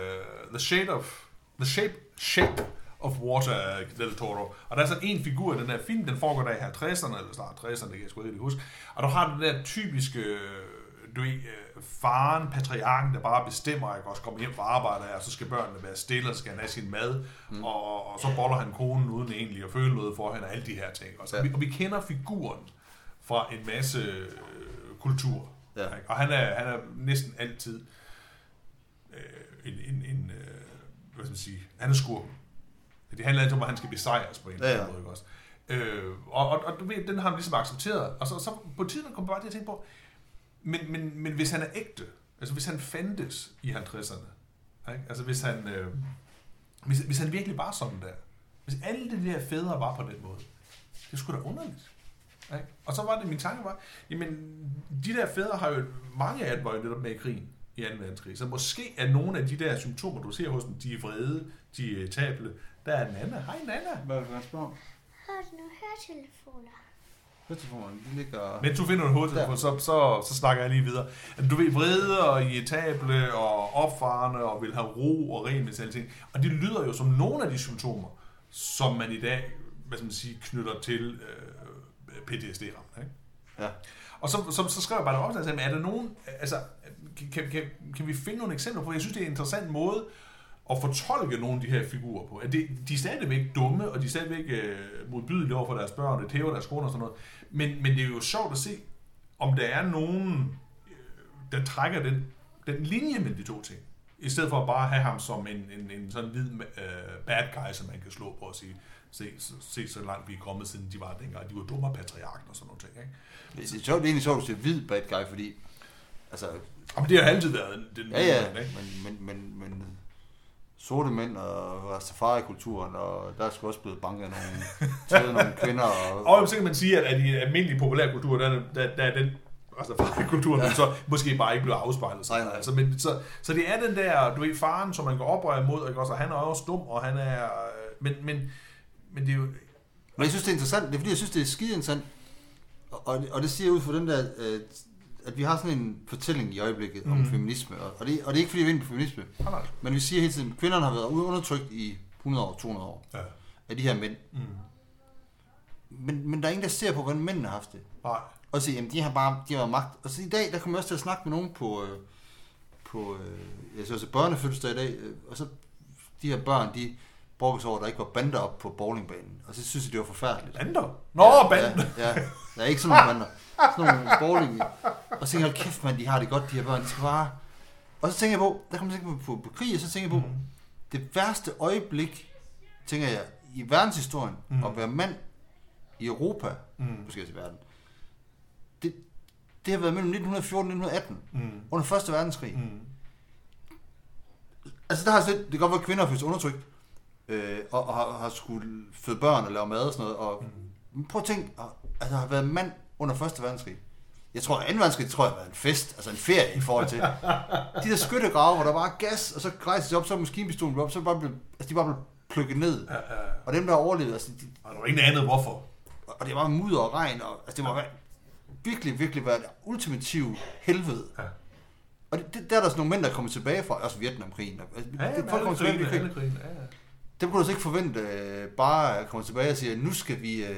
The Shape of Water Del Toro, og der er så en figur i den her film, den foregår der i 50'erne, eller snart 60'erne, det kan jeg sgu ikke huske, og du har den der typiske, faren, patriarken, der bare bestemmer, ikke også kommer hjem fra arbejde her, og så skal børnene være stille, og skal han have sin mad, og så boller han konen uden egentlig at føle noget for hende, og alle de her ting. Også. Og vi kender figuren fra en masse kultur, og han er næsten altid hvad skal man sige, han er skurken. Det handler altid om, at han skal besejres på en eller anden måde, ikke også? Og du ved, den har han ligesom accepteret, og så på tiden kommer bare til at tænke på, men hvis han er ægte, altså hvis han fandtes i 50'erne, ikke? Altså hvis han virkelig var sådan der, hvis alle de der fædre var på den måde, det skulle da underligt. Ikke? Og så var det, min tanke var, jamen, de der fædre har jo, mange af dem var jo netop med i krigen i 2. verdenskrig, så måske er nogle af de der symptomer, du ser hos dem, de er vrede, de er irritable. Der er Nana. Hej Nana. Hvad vil du spørge om? Har du nogle høretelefoner? Høretelefoner, de ligger... Men du finder en hovedtelefon, så snakker jeg lige videre. Du ved, vrede og irritable og opfarende og vil have ro og ren med ting. Og det lyder jo som nogle af de symptomer, som man i dag, hvad skal man sige, knytter til PTSD-rammen, ikke? Ja. Og så skrev jeg bare op, altså, er der nogen, altså, kan vi finde nogle eksempler på? Jeg synes, det er en interessant måde at fortolke nogle af de her figurer på. At de er stadigvæk dumme, og de er stadigvæk modbydelige over for deres børn, og det tæver deres skoler og sådan noget. Men det er jo sjovt at se, om der er nogen, der trækker den linje med de to ting. I stedet for at bare have ham som en sådan hvid bad guy, som man kan slå på og sige, se så langt vi er kommet, siden de var dengang, de var dumme og patriarken og sådan nogle ting, ikke? Det er sjovt, det er egentlig sjovt, at du siger hvid bad guy, fordi, altså... Men det har altid været den ja, men sorte mænd og Rastafari-kulturen, og der er sgu også blevet banket nogle kvinder. Og så kan man sige, at i almindelige populærkultur, der er den Rastafari-kulturen, så måske bare ikke bliver afspejlet. Nej. Altså, så det er den der, du ved, faren, som man går oprør imod, ikke? Også, han er også dum, og han er... Men det er jo... Men jeg synes, det er interessant. Det er fordi, jeg synes, det er skide interessant. Og det siger ud for den der, at vi har sådan en fortælling i øjeblikket om feminisme. Og det er ikke fordi, vi er inde på feminisme. Men vi siger hele tiden, at kvinderne har været undertrykt i 100 år, 200 år af de her mænd. Men der er ingen, der ser på, hvordan mændene har haft det. Nej. Og siger, jamen de har magt. Og så i dag, der kommer jeg også til at snakke med nogen på jeg synes også børnefødselsdag i dag. Og så de her børn, de brokkes over, at der ikke var bander op på bowlingbanen. Og så synes jeg, det var forfærdeligt. Bander? Bander! Ja, der er ikke sådan nogle bander. Sådan nogle bowling. Og så tænker jeg, kæft mand, de har det godt, de her børn. De skal bare... Og så tænker jeg på, der kommer jeg på krig, og så tænker jeg på, det værste øjeblik, tænker jeg, i verdenshistorien, at være mand i Europa, måske også i verden, det har været mellem 1914 og 1918, under 1. verdenskrig. Altså der har det kan godt være, at kvinder har følt undertrykt, og har skulle føde børn og lave mad og sådan noget. Og prøv at tænke, at der har været mand under 1. verdenskrig. Jeg tror, at 2. verdenskrig, har været en fest, altså en ferie i forhold til de der skyttegrave, hvor der var gas, og så rejste de op, så maskinpistolen op, så de bare blev plukket ned. Og dem, der overlevede, altså... Og der var ingen andet, hvorfor. Og det var mudder og regn, og altså, det var virkelig været et ultimativt helvede. Ja. Og der er der sådan nogle mænd, der kommer tilbage fra, også Vietnamkrigen. Folk kommer tilbage fra krigen. Dem kunne du ikke forvente bare at komme tilbage og sige, at nu skal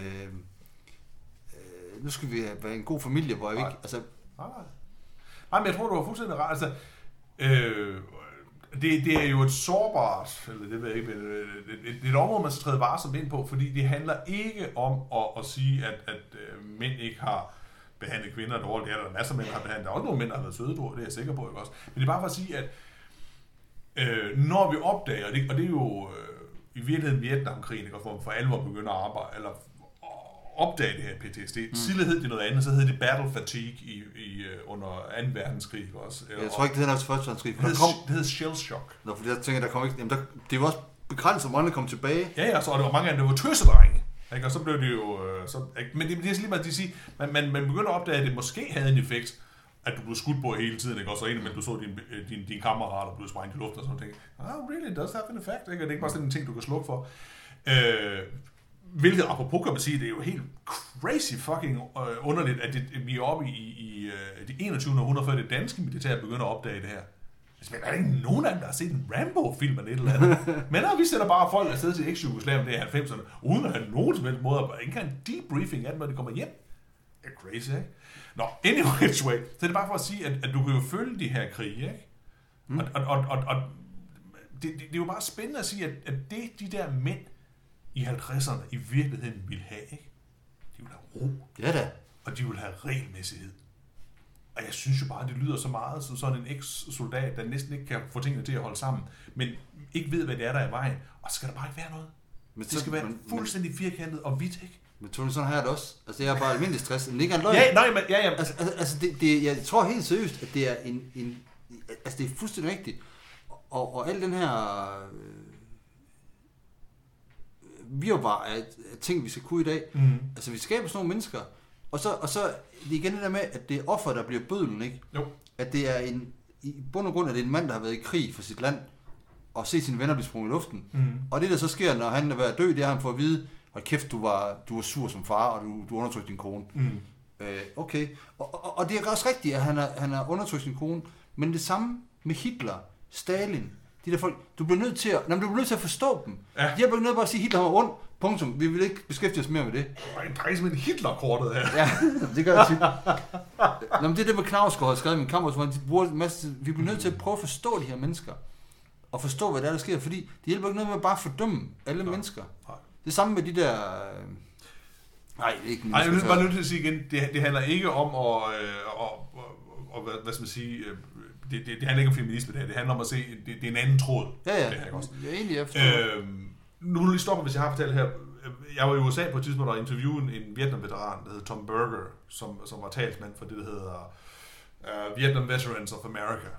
vi være en god familie, hvor vi ikke... Altså... Nej, men jeg tror, du var fuldstændig ret. Altså, det er jo et sårbart, eller det ved jeg ikke, et område, man skal træde varsomt ind på, fordi det handler ikke om at sige, at mænd ikke har behandlet kvinder dårligt. Det er der masser af mænd, der har behandlet. Der er også nogle mænd, der har været søde, det er jeg sikker på, ikke også? Men det er bare for at sige, at når vi opdager, og det er jo i virkeligheden Vietnamkrigen, hvor man for alvor begynder at arbejde, eller opdage det her PTSD. Tidligere hed det noget andet, så hed det battle fatigue under 2. verdenskrig også. Jeg tror ikke, det hedder 1. verdenskrig. Det hed shell shock. Nå, fordi jeg tænker, der kom ikke... Jamen, det var også begrænset, hvor mange der kom tilbage. Ja, så og der var mange af dem, der var tøsedrenge. Ikke? Og så blev det jo... men det er lige meget, at de siger, man begynder at opdage, at det måske havde en effekt, at du blev skudt på hele tiden, ikke? Og så men du så din kammerat, og blev sprængt i luften og sådan noget. Really, it does have an effect, ikke? Og det er ikke bare sådan en ting, du kan slukke for. Hvilket, apropos kan man sige, det er jo helt crazy fucking underligt, at vi er oppe i det 21. århundrede, før det danske militær begynder at opdage det her. Men der er ikke nogen af dem, der har set en Rambo-film eller et eller andet. Men vi sætter bare folk afsted til eks-Jugoslavien, det er 90'erne, uden at have nogen som helst måde, ikke engang en debriefing af dem, når de kommer hjem. Det er crazy, ikke? Nå, anyway, så er det bare for at sige, at du kan jo følge de her krige, ikke? Og det er jo bare spændende at sige, at de der mænd i 50'erne i virkeligheden ville have, ikke? De ville have ro. Ja da. Og de ville have regelmæssighed. Og jeg synes jo bare, at det lyder så meget som sådan en eks-soldat, der næsten ikke kan få tingene til at holde sammen, men ikke ved, hvad det er, der er i vejen. Og så skal der bare ikke være noget. Men det skal være fuldstændig firkantet og hvidt, ikke? Men Tony, sådan har jeg det også. Altså, det er bare almindelig stress. Det er ikke en løgn. Ja. Altså, jeg tror helt seriøst, at det er altså, det er fuldstændig rigtigt. Og al den her virvar af ting, vi skal kunne i dag. Altså, vi skaber sådan nogle mennesker. Og så det er igen det der med, at det er offer, der bliver bødlen, ikke? Jo. At det er i bund og grund, at det er en mand, der har været i krig for sit land, og set sine venner blive sprunget i luften. Og det, der så sker, når han er ved at dø, det er, at han får at vide, hold kæft, du var sur som far, og du undertrykte din kone. Okay. Og det er også rigtigt, at han har undertrykt sin kone, men det samme med Hitler, Stalin, de der folk, du bliver nødt til at forstå dem. Ja. De har ikke nødt bare at sige, at Hitler var ond. Punktum. Vi vil ikke beskæftige os mere med det. Det er som en Hitler-kortet her. Ja, det gør jeg tit. Nå, men det er det med Knausgaard har skrevet i min kammer, hvor han bruger en masse. Vi bliver nødt til at prøve at forstå de her mennesker. Og forstå, hvad der sker. Fordi det hjælper ikke noget med at bare fordømme alle mennesker. Nej. Det samme med de der... Nej, det er ikke... Jeg er bare nødt til at sige igen, det handler ikke om at hvad skal man sige... Det handler ikke om feminisme, det handler om at se... Det er en anden tråd. Ja. Det her, ikke også? Jeg er egentlig efter... Nu vil du lige stoppe, hvis jeg har fortalt her. Jeg var i USA på et tidspunkt og interviewede en Vietnam-veteran, der hedder Tom Berger, som var talsmand for det, der hedder Vietnam Veterans of America.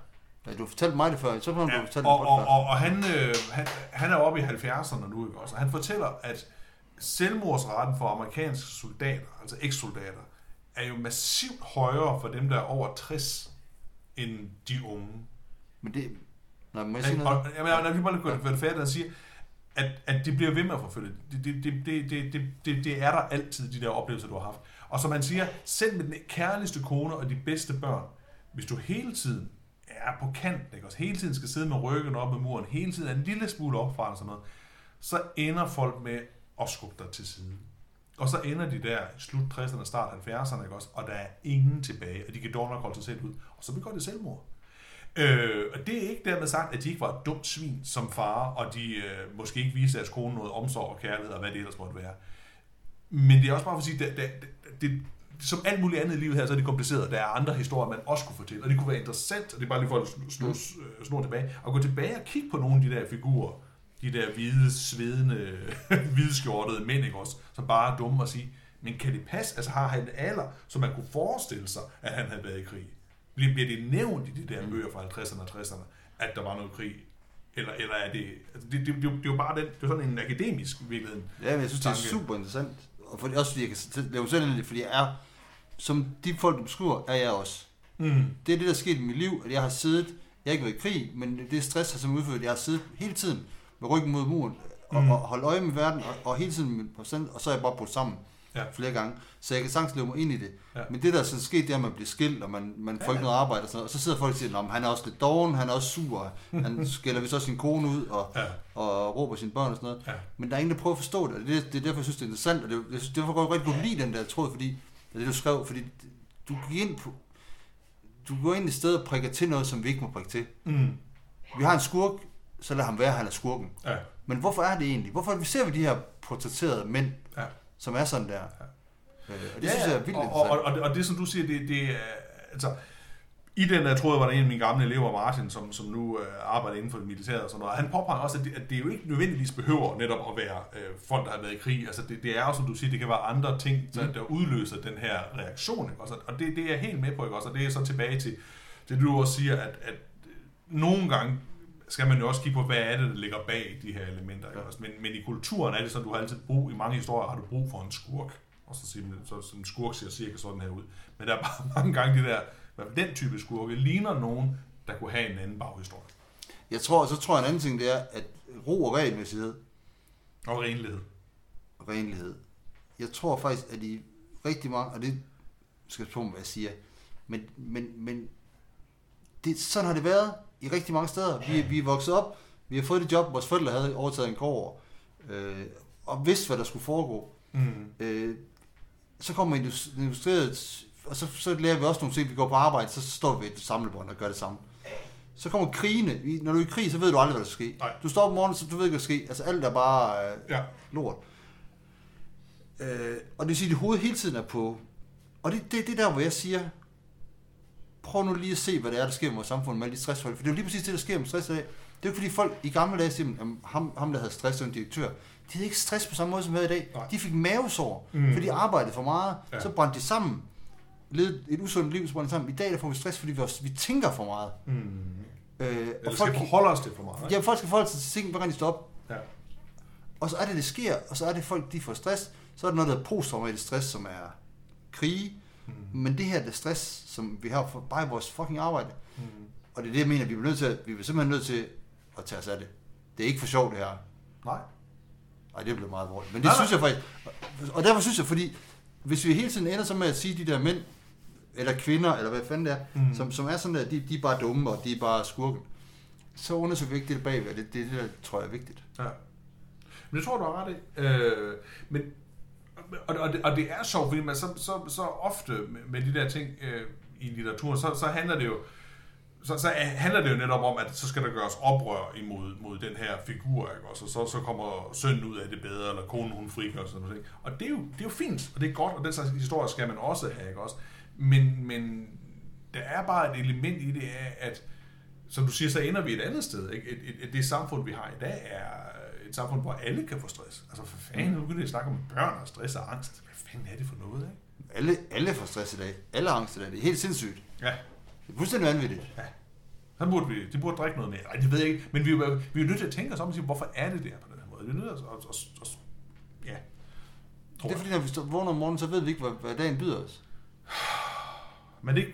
Ja, du fortalte mig det før, så kan du fortælle det og han er oppe i 70'erne nu, ikke også? Og han fortæller, at selvmordsraten for amerikanske soldater, altså eks-soldater, er jo massivt højere for dem, der er over 60, end de unge. Men det... Nej, må jeg sige noget? Jeg vil bare gå det færdigt og sige, at det bliver ved med at forfølge. Det er der altid, de der oplevelser, du har haft. Og som man siger, selv med den kærligste kone og de bedste børn, hvis du hele tiden er på kanten, ikke? Også hele tiden skal sidde med ryggen op ad muren, hele tiden er en lille smule opfra og sådan noget, så ender folk med at skubbe dig til side. Og så ender de der i slut 60'erne, start 70'erne, ikke også? Og der er ingen tilbage, og de kan dog nok holde sig selv ud. Og så begår de selvmord. Og det er ikke dermed sagt, at de ikke var et dumt svin som far, og de måske ikke viste deres kone noget omsorg og kærlighed, og hvad det ellers måtte være. Men det er også bare for at sige, det som alt muligt andet i livet her, så er det kompliceret. Der er andre historier, man også kunne fortælle, og det kunne være interessant, og det er bare lige for at snurre tilbage, og gå tilbage og kigge på nogle af de der figurer, de der hvide, svedende, hvidskjortede mænd, ikke også, som bare er dumme at sige, men kan det passe? Altså har han alder, så man kunne forestille sig, at han havde været i krig? Bliver det nævnt i de der bøger fra 50'erne og 60'erne, at der var noget krig? Eller er det... Altså det er jo bare det er sådan en akademisk virkelighed. Ja, men jeg synes, det er super interessant. Og også fordi jeg kan lave selv fordi jeg er, som de folk, du beskriver, er jeg også. Det er det, der er sket i mit liv, at jeg har siddet, jeg har ikke været i krig, men det er stress, der som udført, jeg har siddet hele tiden med ryggen mod muren, og holdt øje med verden, og hele tiden og så er jeg bare brudt sammen flere gange, så jeg kan sagtens leve mig ind i det. Ja. Men det der er sådan sket, det er, at man bliver skilt, og man får ikke noget arbejde og sådan noget, og så sidder folk og siger, at han er også lidt doven, han er også sur, han skælder vist også sin kone ud, og råber sine børn og sådan noget. Ja. Men der er ingen, der prøver at forstå det, og det er derfor, jeg synes, det er interessant, og derfor går jeg rigtig godt lide den der tråd, fordi det du skrev, fordi du går ind i stedet og prikker til noget, som vi ikke må prikke til. Vi har en skurk, så lad ham være, han er skurken. Ja. Men hvorfor er det egentlig? Hvorfor ser vi de her portrætterede mænd, som er sådan der? Ja. Og det synes jeg er vildt interessant. Og det, som du siger, det er... Altså, i den der tråd var der en af mine gamle elever, Martin, som nu arbejder inden for det militære og sådan noget. Han påpeger også, at det jo ikke nødvendigvis behøver netop at være folk, der har været i krig. Altså, det er jo, som du siger, det kan være andre ting, der udløser den her reaktion. Ikke? Og det er jeg helt med på, ikke? Og det er så tilbage til det, du også siger, at nogle gange skal man jo også kigge på, hvad er det, der ligger bag de her elementer. Ja. Men i kulturen er det sådan, du har altid brug, i mange historier har du brug for en skurk. Og så siger man, så en skurk ser cirka sådan her ud. Men der er bare mange gange de der, den type skurke ligner nogen, der kunne have en anden baghistorie. Jeg tror en anden ting, det er, at ro og regelmæssighed. Og renlighed. Jeg tror faktisk, at i rigtig mange, og det skal jeg på, hvad jeg siger, men det, sådan har det været i rigtig mange steder. Vi er vokset op, vi har fået det job, vores forældre havde overtaget en gård, og vidste, hvad der skulle foregå. Så kommer industriet, og så lærer vi også nogle ting, vi går på arbejde, så står vi ved et samlebånd og gør det samme. Så kommer krigene. Når du er i krig, så ved du aldrig, hvad der skal ske. Nej. Du står op om morgenen, så du ved ikke, hvad der skal ske. Altså alt er bare lort. Og det vil sige, at hovedet hele tiden er på. Og det er der, hvor jeg siger, prøv nu lige at se, hvad det er, der sker med vores samfund med alle de stressfolk. For det er jo lige præcis det, der sker med stress i dag. Det er jo ikke fordi folk i gamle dage siger, at ham der havde stress som direktør, de havde ikke stress på samme måde som her i dag. Nej. De fik mavesår, fordi de arbejdede for meget. Ja. Så brændte de sammen. Levede et usundt liv, så brændte de sammen. I dag der får vi stress, fordi vi tænker for meget. Og folk skal forholde os til for meget. Ja, folk skal forholde sig til ting, hver gang de står op. Ja. Og så er det sker, og så er det folk, de får stress. Så er det noget, der er posttraumatisk stress, som er krige. Men det her er stress, som vi har bare i vores fucking arbejde. Og det er det, jeg mener, vi er simpelthen nødt til at tage os af det. Det er ikke for sjovt, det her. Nej. Ej, det bliver meget alvorligt. Men det synes jeg faktisk... Og derfor synes jeg, fordi hvis vi hele tiden ender så med at sige, de der mænd, eller kvinder, eller hvad fanden det er, som er sådan der, de er bare dumme, og de er bare skurken, så undersøger vi ikke det bagved. Det er det, der tror jeg er vigtigt. Ja. Men det tror du er ret i. Og det er sjovt, fordi man så ofte med de der ting i litteraturen, så handler det jo så handler det jo netop om, at så skal der gøres oprør imod den her figur, ikke? Og så kommer sønnen ud af det bedre, eller konen hun frigør og sådan noget. Og det er jo fint, og det er godt, og den slags historie skal man også have, ikke også? Men der er bare et element i det af, at som du siger, så ender vi et andet sted, ikke? Det samfund, vi har i dag, er et samfund, hvor alle kan få stress. Altså for fanden, nu kan vi snakke om børn og stress og angst. Hvad fanden er det for noget, ikke? Alle får stress i dag. Alle angst i dag. Det er helt sindssygt. Ja. Det er fuldstændig vanvittigt. Ja. De burde drikke noget mere. Nej, det ved jeg ikke. Men vi er jo nødt til at tænke os om og sige, hvorfor er det der på den her måde? Vi er nødt til at ja. Det er fordi, når vi vågner om morgenen, så ved vi ikke, hvad dagen byder os. Men det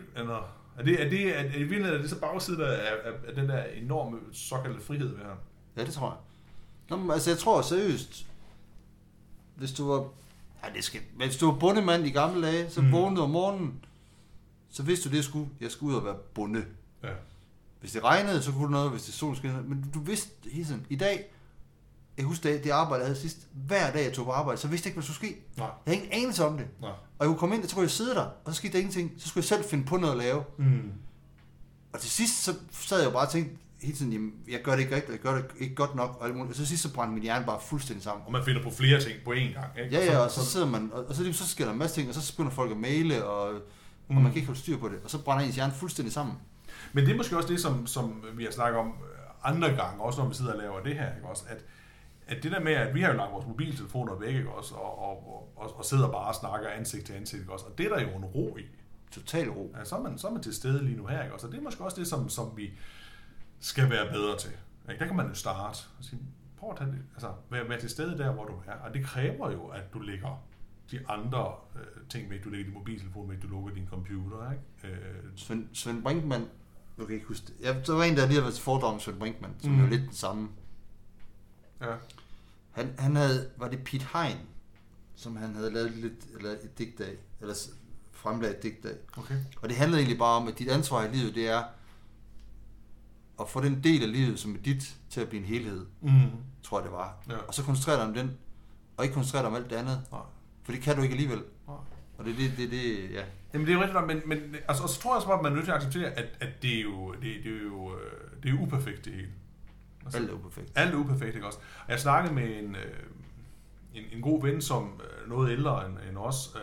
er det så bagsiden af den der enorme såkaldte frihed, vi har? Ja, det tror jeg. Nå, men, altså, jeg tror seriøst, hvis du var bondemand i gamle dage, så vågnede om morgenen, så vidste du det, jeg skulle ud og være bonde. Ja. Hvis det regnede, så kunne du noget, hvis det sol skinnede. Men du vidste hele tiden. I dag, jeg husker det arbejde, jeg havde sidst. Hver dag, jeg tog på arbejde, så vidste jeg ikke, hvad der skulle ske. Nej. Jeg havde ingen anelse om det. Nej. Og jeg kunne komme ind, og så kunne jeg sidde der, og så skete der ingenting. Så skulle jeg selv finde på noget at lave. Og til sidst, så sad jeg jo bare og tænkte hele tiden, jamen, jeg gør det ikke rigtigt, jeg gør det ikke godt nok. Og så sidst, så brændte min hjerne bare fuldstændig sammen. Og man finder på flere ting på én gang, ikke? Ja, og så sidder man, og så sker der en masse ting, og så begynder folk at maile, og man kan ikke holde styr på det. Og så brænder ens hjerne fuldstændig sammen. Men det er måske også det, som vi har snakket om andre gange, også når vi sidder og laver det her, ikke også? At det der med, at vi har jo lagt vores mobiltelefoner væk, ikke også? Og sidder bare og snakker ansigt til ansigt, ikke også? Og det er der jo en ro i. Total ro. Ja, så er man til stede lige nu her, ikke også? Og det er måske også det, som vi skal være bedre til. Ikke? Der kan man jo starte og sige, prøv at tage det, altså være til stede der, hvor du er. Og det kræver jo, at du lægger de andre ting med, du lægger din mobiltelefon med, du lukker din computer, ikke? Svend Brinkmann, jeg kan ikke huske det. Ja, der var en, der lige havde været til foredrag om Svend Brinkmann, som jo lidt den samme. Ja. Han havde, var det Piet Hein, som han havde lavet et digt af, eller fremlagt et digt af. Okay. Og det handlede egentlig bare om, at dit ansvar i livet, det er at få den del af livet, som er dit, til at blive en helhed, tror jeg det var. Ja. Og så koncentrere dig om den, og ikke koncentrere dig om alt det andet. Nej. For det kan du ikke alligevel. Nej. Og det ja. Jamen det er jo rigtigt, men altså, så tror jeg også, at man er nødt til at acceptere, at det er jo uperfekt det hele. Altså, alt er uperfekt. Alt er uperfekt, ikke også? Og jeg snakkede med en god ven, som noget ældre end os,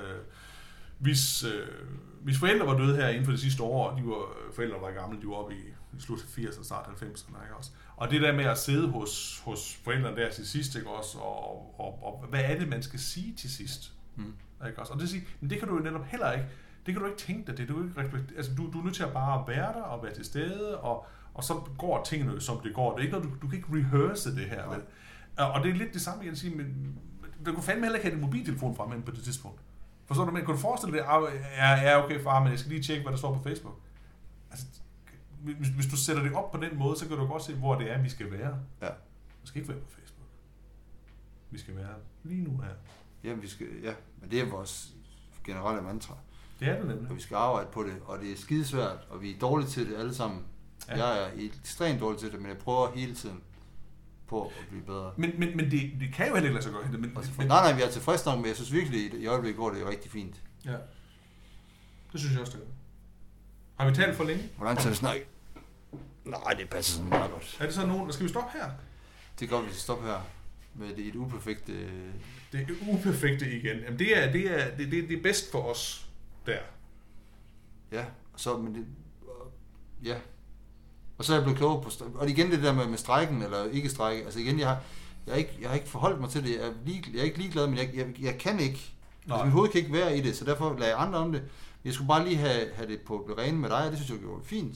hvis forældre var døde her inden for det sidste år, forældre var gamle, de var oppe i slut 80'erne, start 90'erne, ikke også? Og det der med at sidde hos forældrene der til sidst, ikke også? Og hvad er det, man skal sige til sidst? Ikke også? Og det siger, men det kan du jo netop heller ikke. Det kan du ikke tænke dig. Det du ikke altså du er nødt til at bare være der og være til stede, og så går tingene som det går. Det er ikke noget, du kan ikke rehearse det her, vel? Og det er lidt det samme, jeg kan sige, men du kunne fandme heller ikke have din mobiltelefon fremme på det tidspunkt. Forstår du, men kan du forestille dig, ja, okay far, men jeg skal lige tjekke, hvad der står på Facebook. Altså, hvis du sætter det op på den måde, så kan du godt se, hvor det er, vi skal være. Ja. Vi skal ikke være på Facebook. Vi skal være lige nu her. Jamen, men det er vores generelle mantra. Det er det nemlig. Og vi skal arbejde på det, og det er skidesvært, og vi er dårlige til det alle sammen. Ja. Jeg er ekstremt dårlig til det, men jeg prøver hele tiden på at blive bedre. Men det kan jo heller ikke lade sig gøre. Nej, vi er tilfredse nok, men jeg synes virkelig, i øjeblikket går det jo rigtig fint. Ja, det synes jeg også, det er. Har vi talt for længe? Hvor langt har vi snakket? Nej, det passer sådan meget godt. Er det så nogen, skal vi stoppe her? Det går, vi skal stoppe her med det uperfekte. Det uperfekte igen. Jamen, det er bedst for os der. Ja, så men det, ja. Og så er jeg blevet klogere på og igen det der med strejken eller ikke strejke. Altså igen, jeg har ikke forholdt mig til det. Jeg er ikke ligeglad, men jeg kan ikke. Altså, mit hoved kan ikke være i det, så derfor lader jeg andre om det. Jeg skulle bare lige have det på rene med dig, og det synes jeg var fint.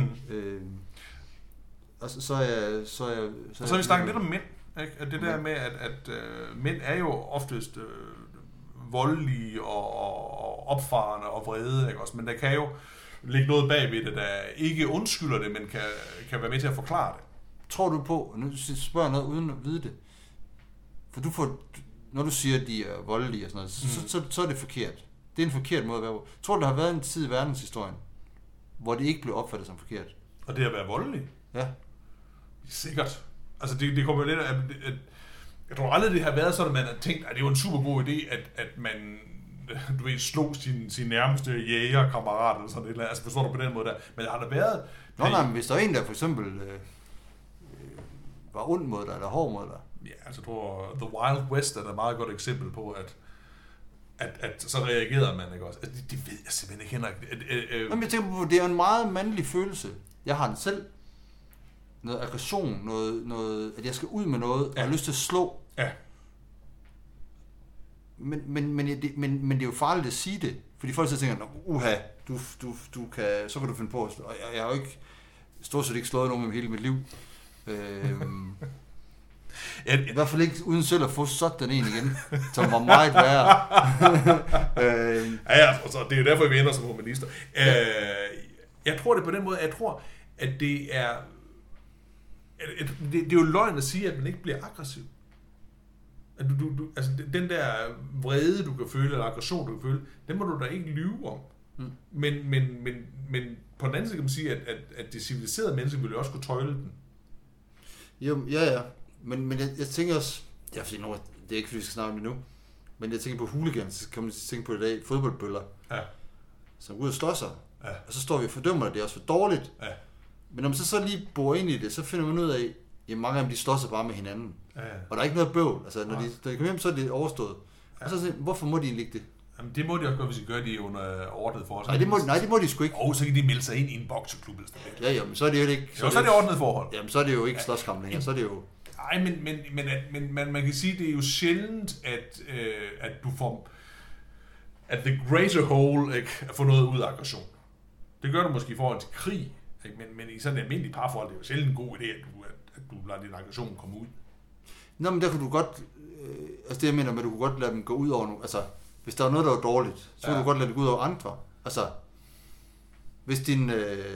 Og så har vi snakket lidt om mænd. Ikke? At det der med, at mænd er jo oftest voldelige og opfarende og vrede, ikke også? Men der kan jo ligge noget bagved det, der ikke undskylder det, men kan være med til at forklare det. Tror du på, nu spørger jeg noget uden at vide det, for når du siger, at de er voldelige og sådan noget, så er det forkert. Det er en forkert måde at være på. Tror du, der har været en tid i verdenshistorien, hvor det ikke blev opfattet som forkert? Og det at være voldelig? Ja. Sikkert. Altså det kommer jo lidt af, at jeg tror aldrig, det har været sådan, at man har tænkt, at det var en super god idé, at man slog sin nærmeste jægerkammerat eller sådan et eller andet. Altså forstår du på den måde der. Men har der været... Nej, men hvis der er en, der for eksempel var ond mod dig, eller hård mod dig. Ja, altså jeg tror, The Wild West er et meget godt eksempel på, at så reagerede man, ikke også? Altså, det ved jeg simpelthen ikke, Henrik. Jamen, jeg tænker på, det er en meget mandlig følelse. Jeg har den selv. Noget aggression, noget, at jeg skal ud med noget, og jeg har lyst til at slå. Ja. Men det er jo farligt at sige det, fordi folk så tænker, uha, så kan du finde på at slå. Og jeg har jo ikke, stort set ikke slået nogen i hele mit liv. I hvert fald ikke uden selv at få sådan en igen, som var meget værre. Ja, så det er jo derfor, vi ender som humanister. Jeg tror det på den måde, jeg tror, at det er... Det er jo løgn at sige, at man ikke bliver aggressiv. At altså den der vrede, du kan føle, eller aggression, du kan føle, den må du da ikke lyve om. Men på den anden side kan man sige, at det civiliserede menneske ville jo også kunne tøjle den. Jo, ja. Men jeg tænker også, det er ikke fordi vi skal snakke om det nu, men jeg tænker på hooligans, så kan man tænke på i dag, fodboldbøller, som går ud og slår sig, og så står vi og fordømmer det, det er også for dårligt. Ja. Men når man så lige borer ind i det, så finder man ud af, at mange af dem, de slår sig bare med hinanden. Ja. Og der er ikke noget bøvl, altså når de kommer hjem, så er det overstået. Ja. Og så siger hvorfor må de ikke det? Jamen, det må de også gøre, hvis de gør det under ordnet forhold. Nej, det må de sgu ikke. Og så kan de melde sig ind i en bokseklub. Ja, men så er det jo ikke... Så er det ordnet forhold. Jamen, så er det jo ikke slåskamp længere, så er det jo... Nej, men man kan sige, det er jo sjældent, at du får... At the greater whole ikke, at få noget ud af aggression. Det gør du måske i forhold til krig, ikke? Men i sådan en almindelig parforhold, det er jo sjældent en god idé, at du lader din aggression komme ud. Nå, men der kunne du godt... altså det jeg mener med, at du kunne godt lade dem gå ud over nu. Altså, hvis der var noget, der var dårligt, så kunne du godt lade det gå ud over andre. Altså, hvis din...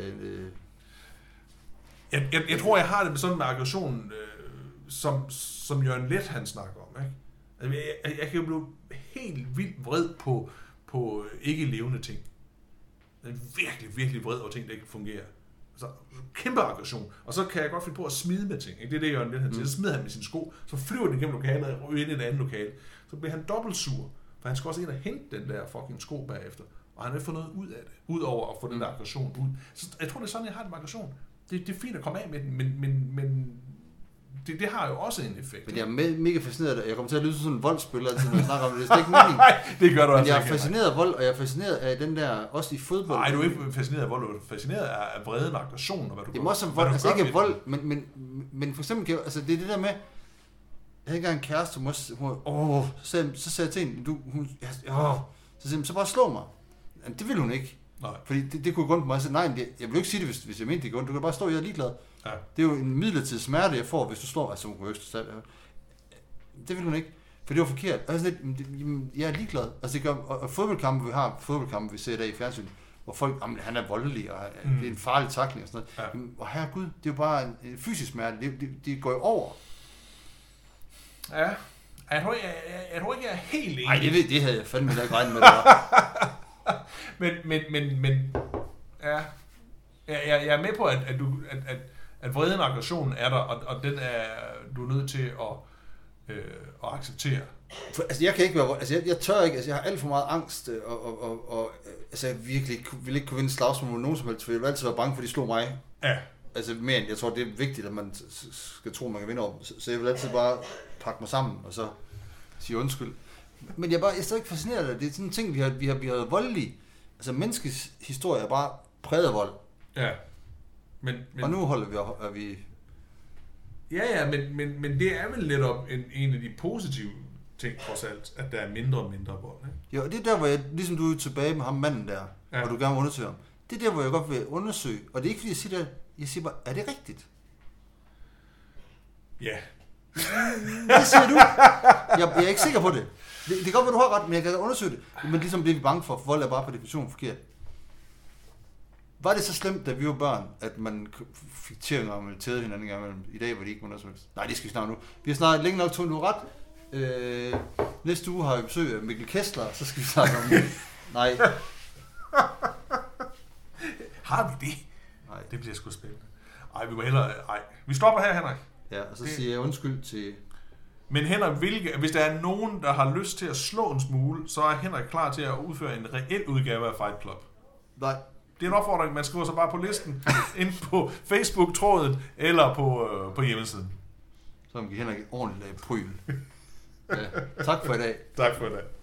Jeg tror, jeg har det med sådan med aggression, som Jørgen Leth, han snakker om. Ikke? Jeg kan jo blive helt vildt vred på ikke-levende ting. Virkelig, virkelig vred over ting, der ikke fungerer. Altså, kæmpe aggression. Og så kan jeg godt finde på at smide med ting. Ikke? Det er det, Jørgen Leth, han siger. Så smider han med sine sko, så flyver den igennem lokalet og ryger ind i et andet lokale. Så bliver han dobbelt sur, for han skal også ind og hente den der fucking sko bagefter. Og han vil få noget ud af det, udover at få den der aggression ud. Så jeg tror, det er sådan, jeg har det med aggression. Det er fint at komme af med den, men det har jo også en effekt. Men jeg er mega fascineret af, jeg kommer til at lyde sådan en voldsspiller, altid, når jeg snakker om det. Det er ikke mening. Nej, det gør du men altså jeg er fascineret af vold, og jeg er fascineret af den der, også i fodbold. Nej, du er ikke fascineret af vold, du er fascineret af vreden og aggression, og hvad du det er også vold, altså ikke vold, men for eksempel, altså det er det der med, jeg havde engang en kæreste, så sagde jeg til hende, så bare slå mig. Jamen, det ville hun ikke. Nej. Fordi det kunne gå rundt på mig, så nej, jeg vil ikke sige det, hvis jeg mente det går rundt. Du kan bare stå, jeg er ligeglad. Ja. Det er jo en midlertidig smerte, jeg får, hvis du slår, altså hun kunne ikke. Det vil hun ikke, for det var forkert. Altså, jeg er ligeglad. Altså, det gør, og fodboldkampe, vi ser i dag i fjernsyn, hvor folk, han er voldelig, og det er en farlig tackling og sådan noget. Ja. Og herregud, det er jo bare en fysisk smerte. Det går jo over. Ja, jeg tror ikke, jeg er helt enig. Nej, det havde jeg fandme ikke regnet med, Men ja, jeg er med på, at vreden og aggressionen er der, og den er du er nødt til at acceptere. For, altså jeg kan ikke være, altså jeg tør ikke, altså jeg har alt for meget angst, og altså jeg virkelig vil ikke kunne vinde slagsmål mod nogen som helst, for jeg vil altid være bange for, at de slår mig. Ja. Altså mere end, jeg tror, det er vigtigt, at man skal tro, at man kan vinde over dem. Så jeg vil altid bare pakke mig sammen, og så sige undskyld. Men jeg er stadig fascineret af det. Det er sådan en ting, vi har været voldelige. Altså menneskets historie er bare præget af vold. Ja. Men og nu holder vi... Ja, men det er vel lidt op en af de positive ting, trods alt, at der er mindre og mindre vold. Ikke? Jo, det er der, hvor jeg, ligesom du er tilbage med ham manden der, og du gerne vil undersøge ham. Det er der, hvor jeg godt vil undersøge, og det er ikke fordi, jeg siger det, jeg siger bare, er det rigtigt? Ja. Hvad siger du? Jeg er ikke sikker på det. Det kan godt være, du har ret, men jeg kan undersøge det. Men ligesom det, vi er bange for vold er bare på definition forkert. Var det så slemt, da vi var børn, at man fik tæring og militærede hinanden engang? I dag var det ikke noget som helst. Nej, det skal vi snakke nu. Vi har snakket længe nok, Tony, du ret. Næste uge har vi besøg af Mikkel Kessler, så skal vi snakke om det. Nej. Har vi det? Nej. Det bliver sgu spændende. Ej, vi må hellere... Ej. Vi stopper her, Henrik. Ja, og så siger jeg undskyld til... Men Henrik, hvis der er nogen, der har lyst til at slå en smule, så er Henrik klar til at udføre en reel udgave af Fight Club. Nej. Det er en opfordring, man skriver så bare på listen, ind på Facebook-trådet, eller på hjemmesiden. Så kan Henrik et ordentligt lag pryl. Ja, tak for i dag. Tak for i dag.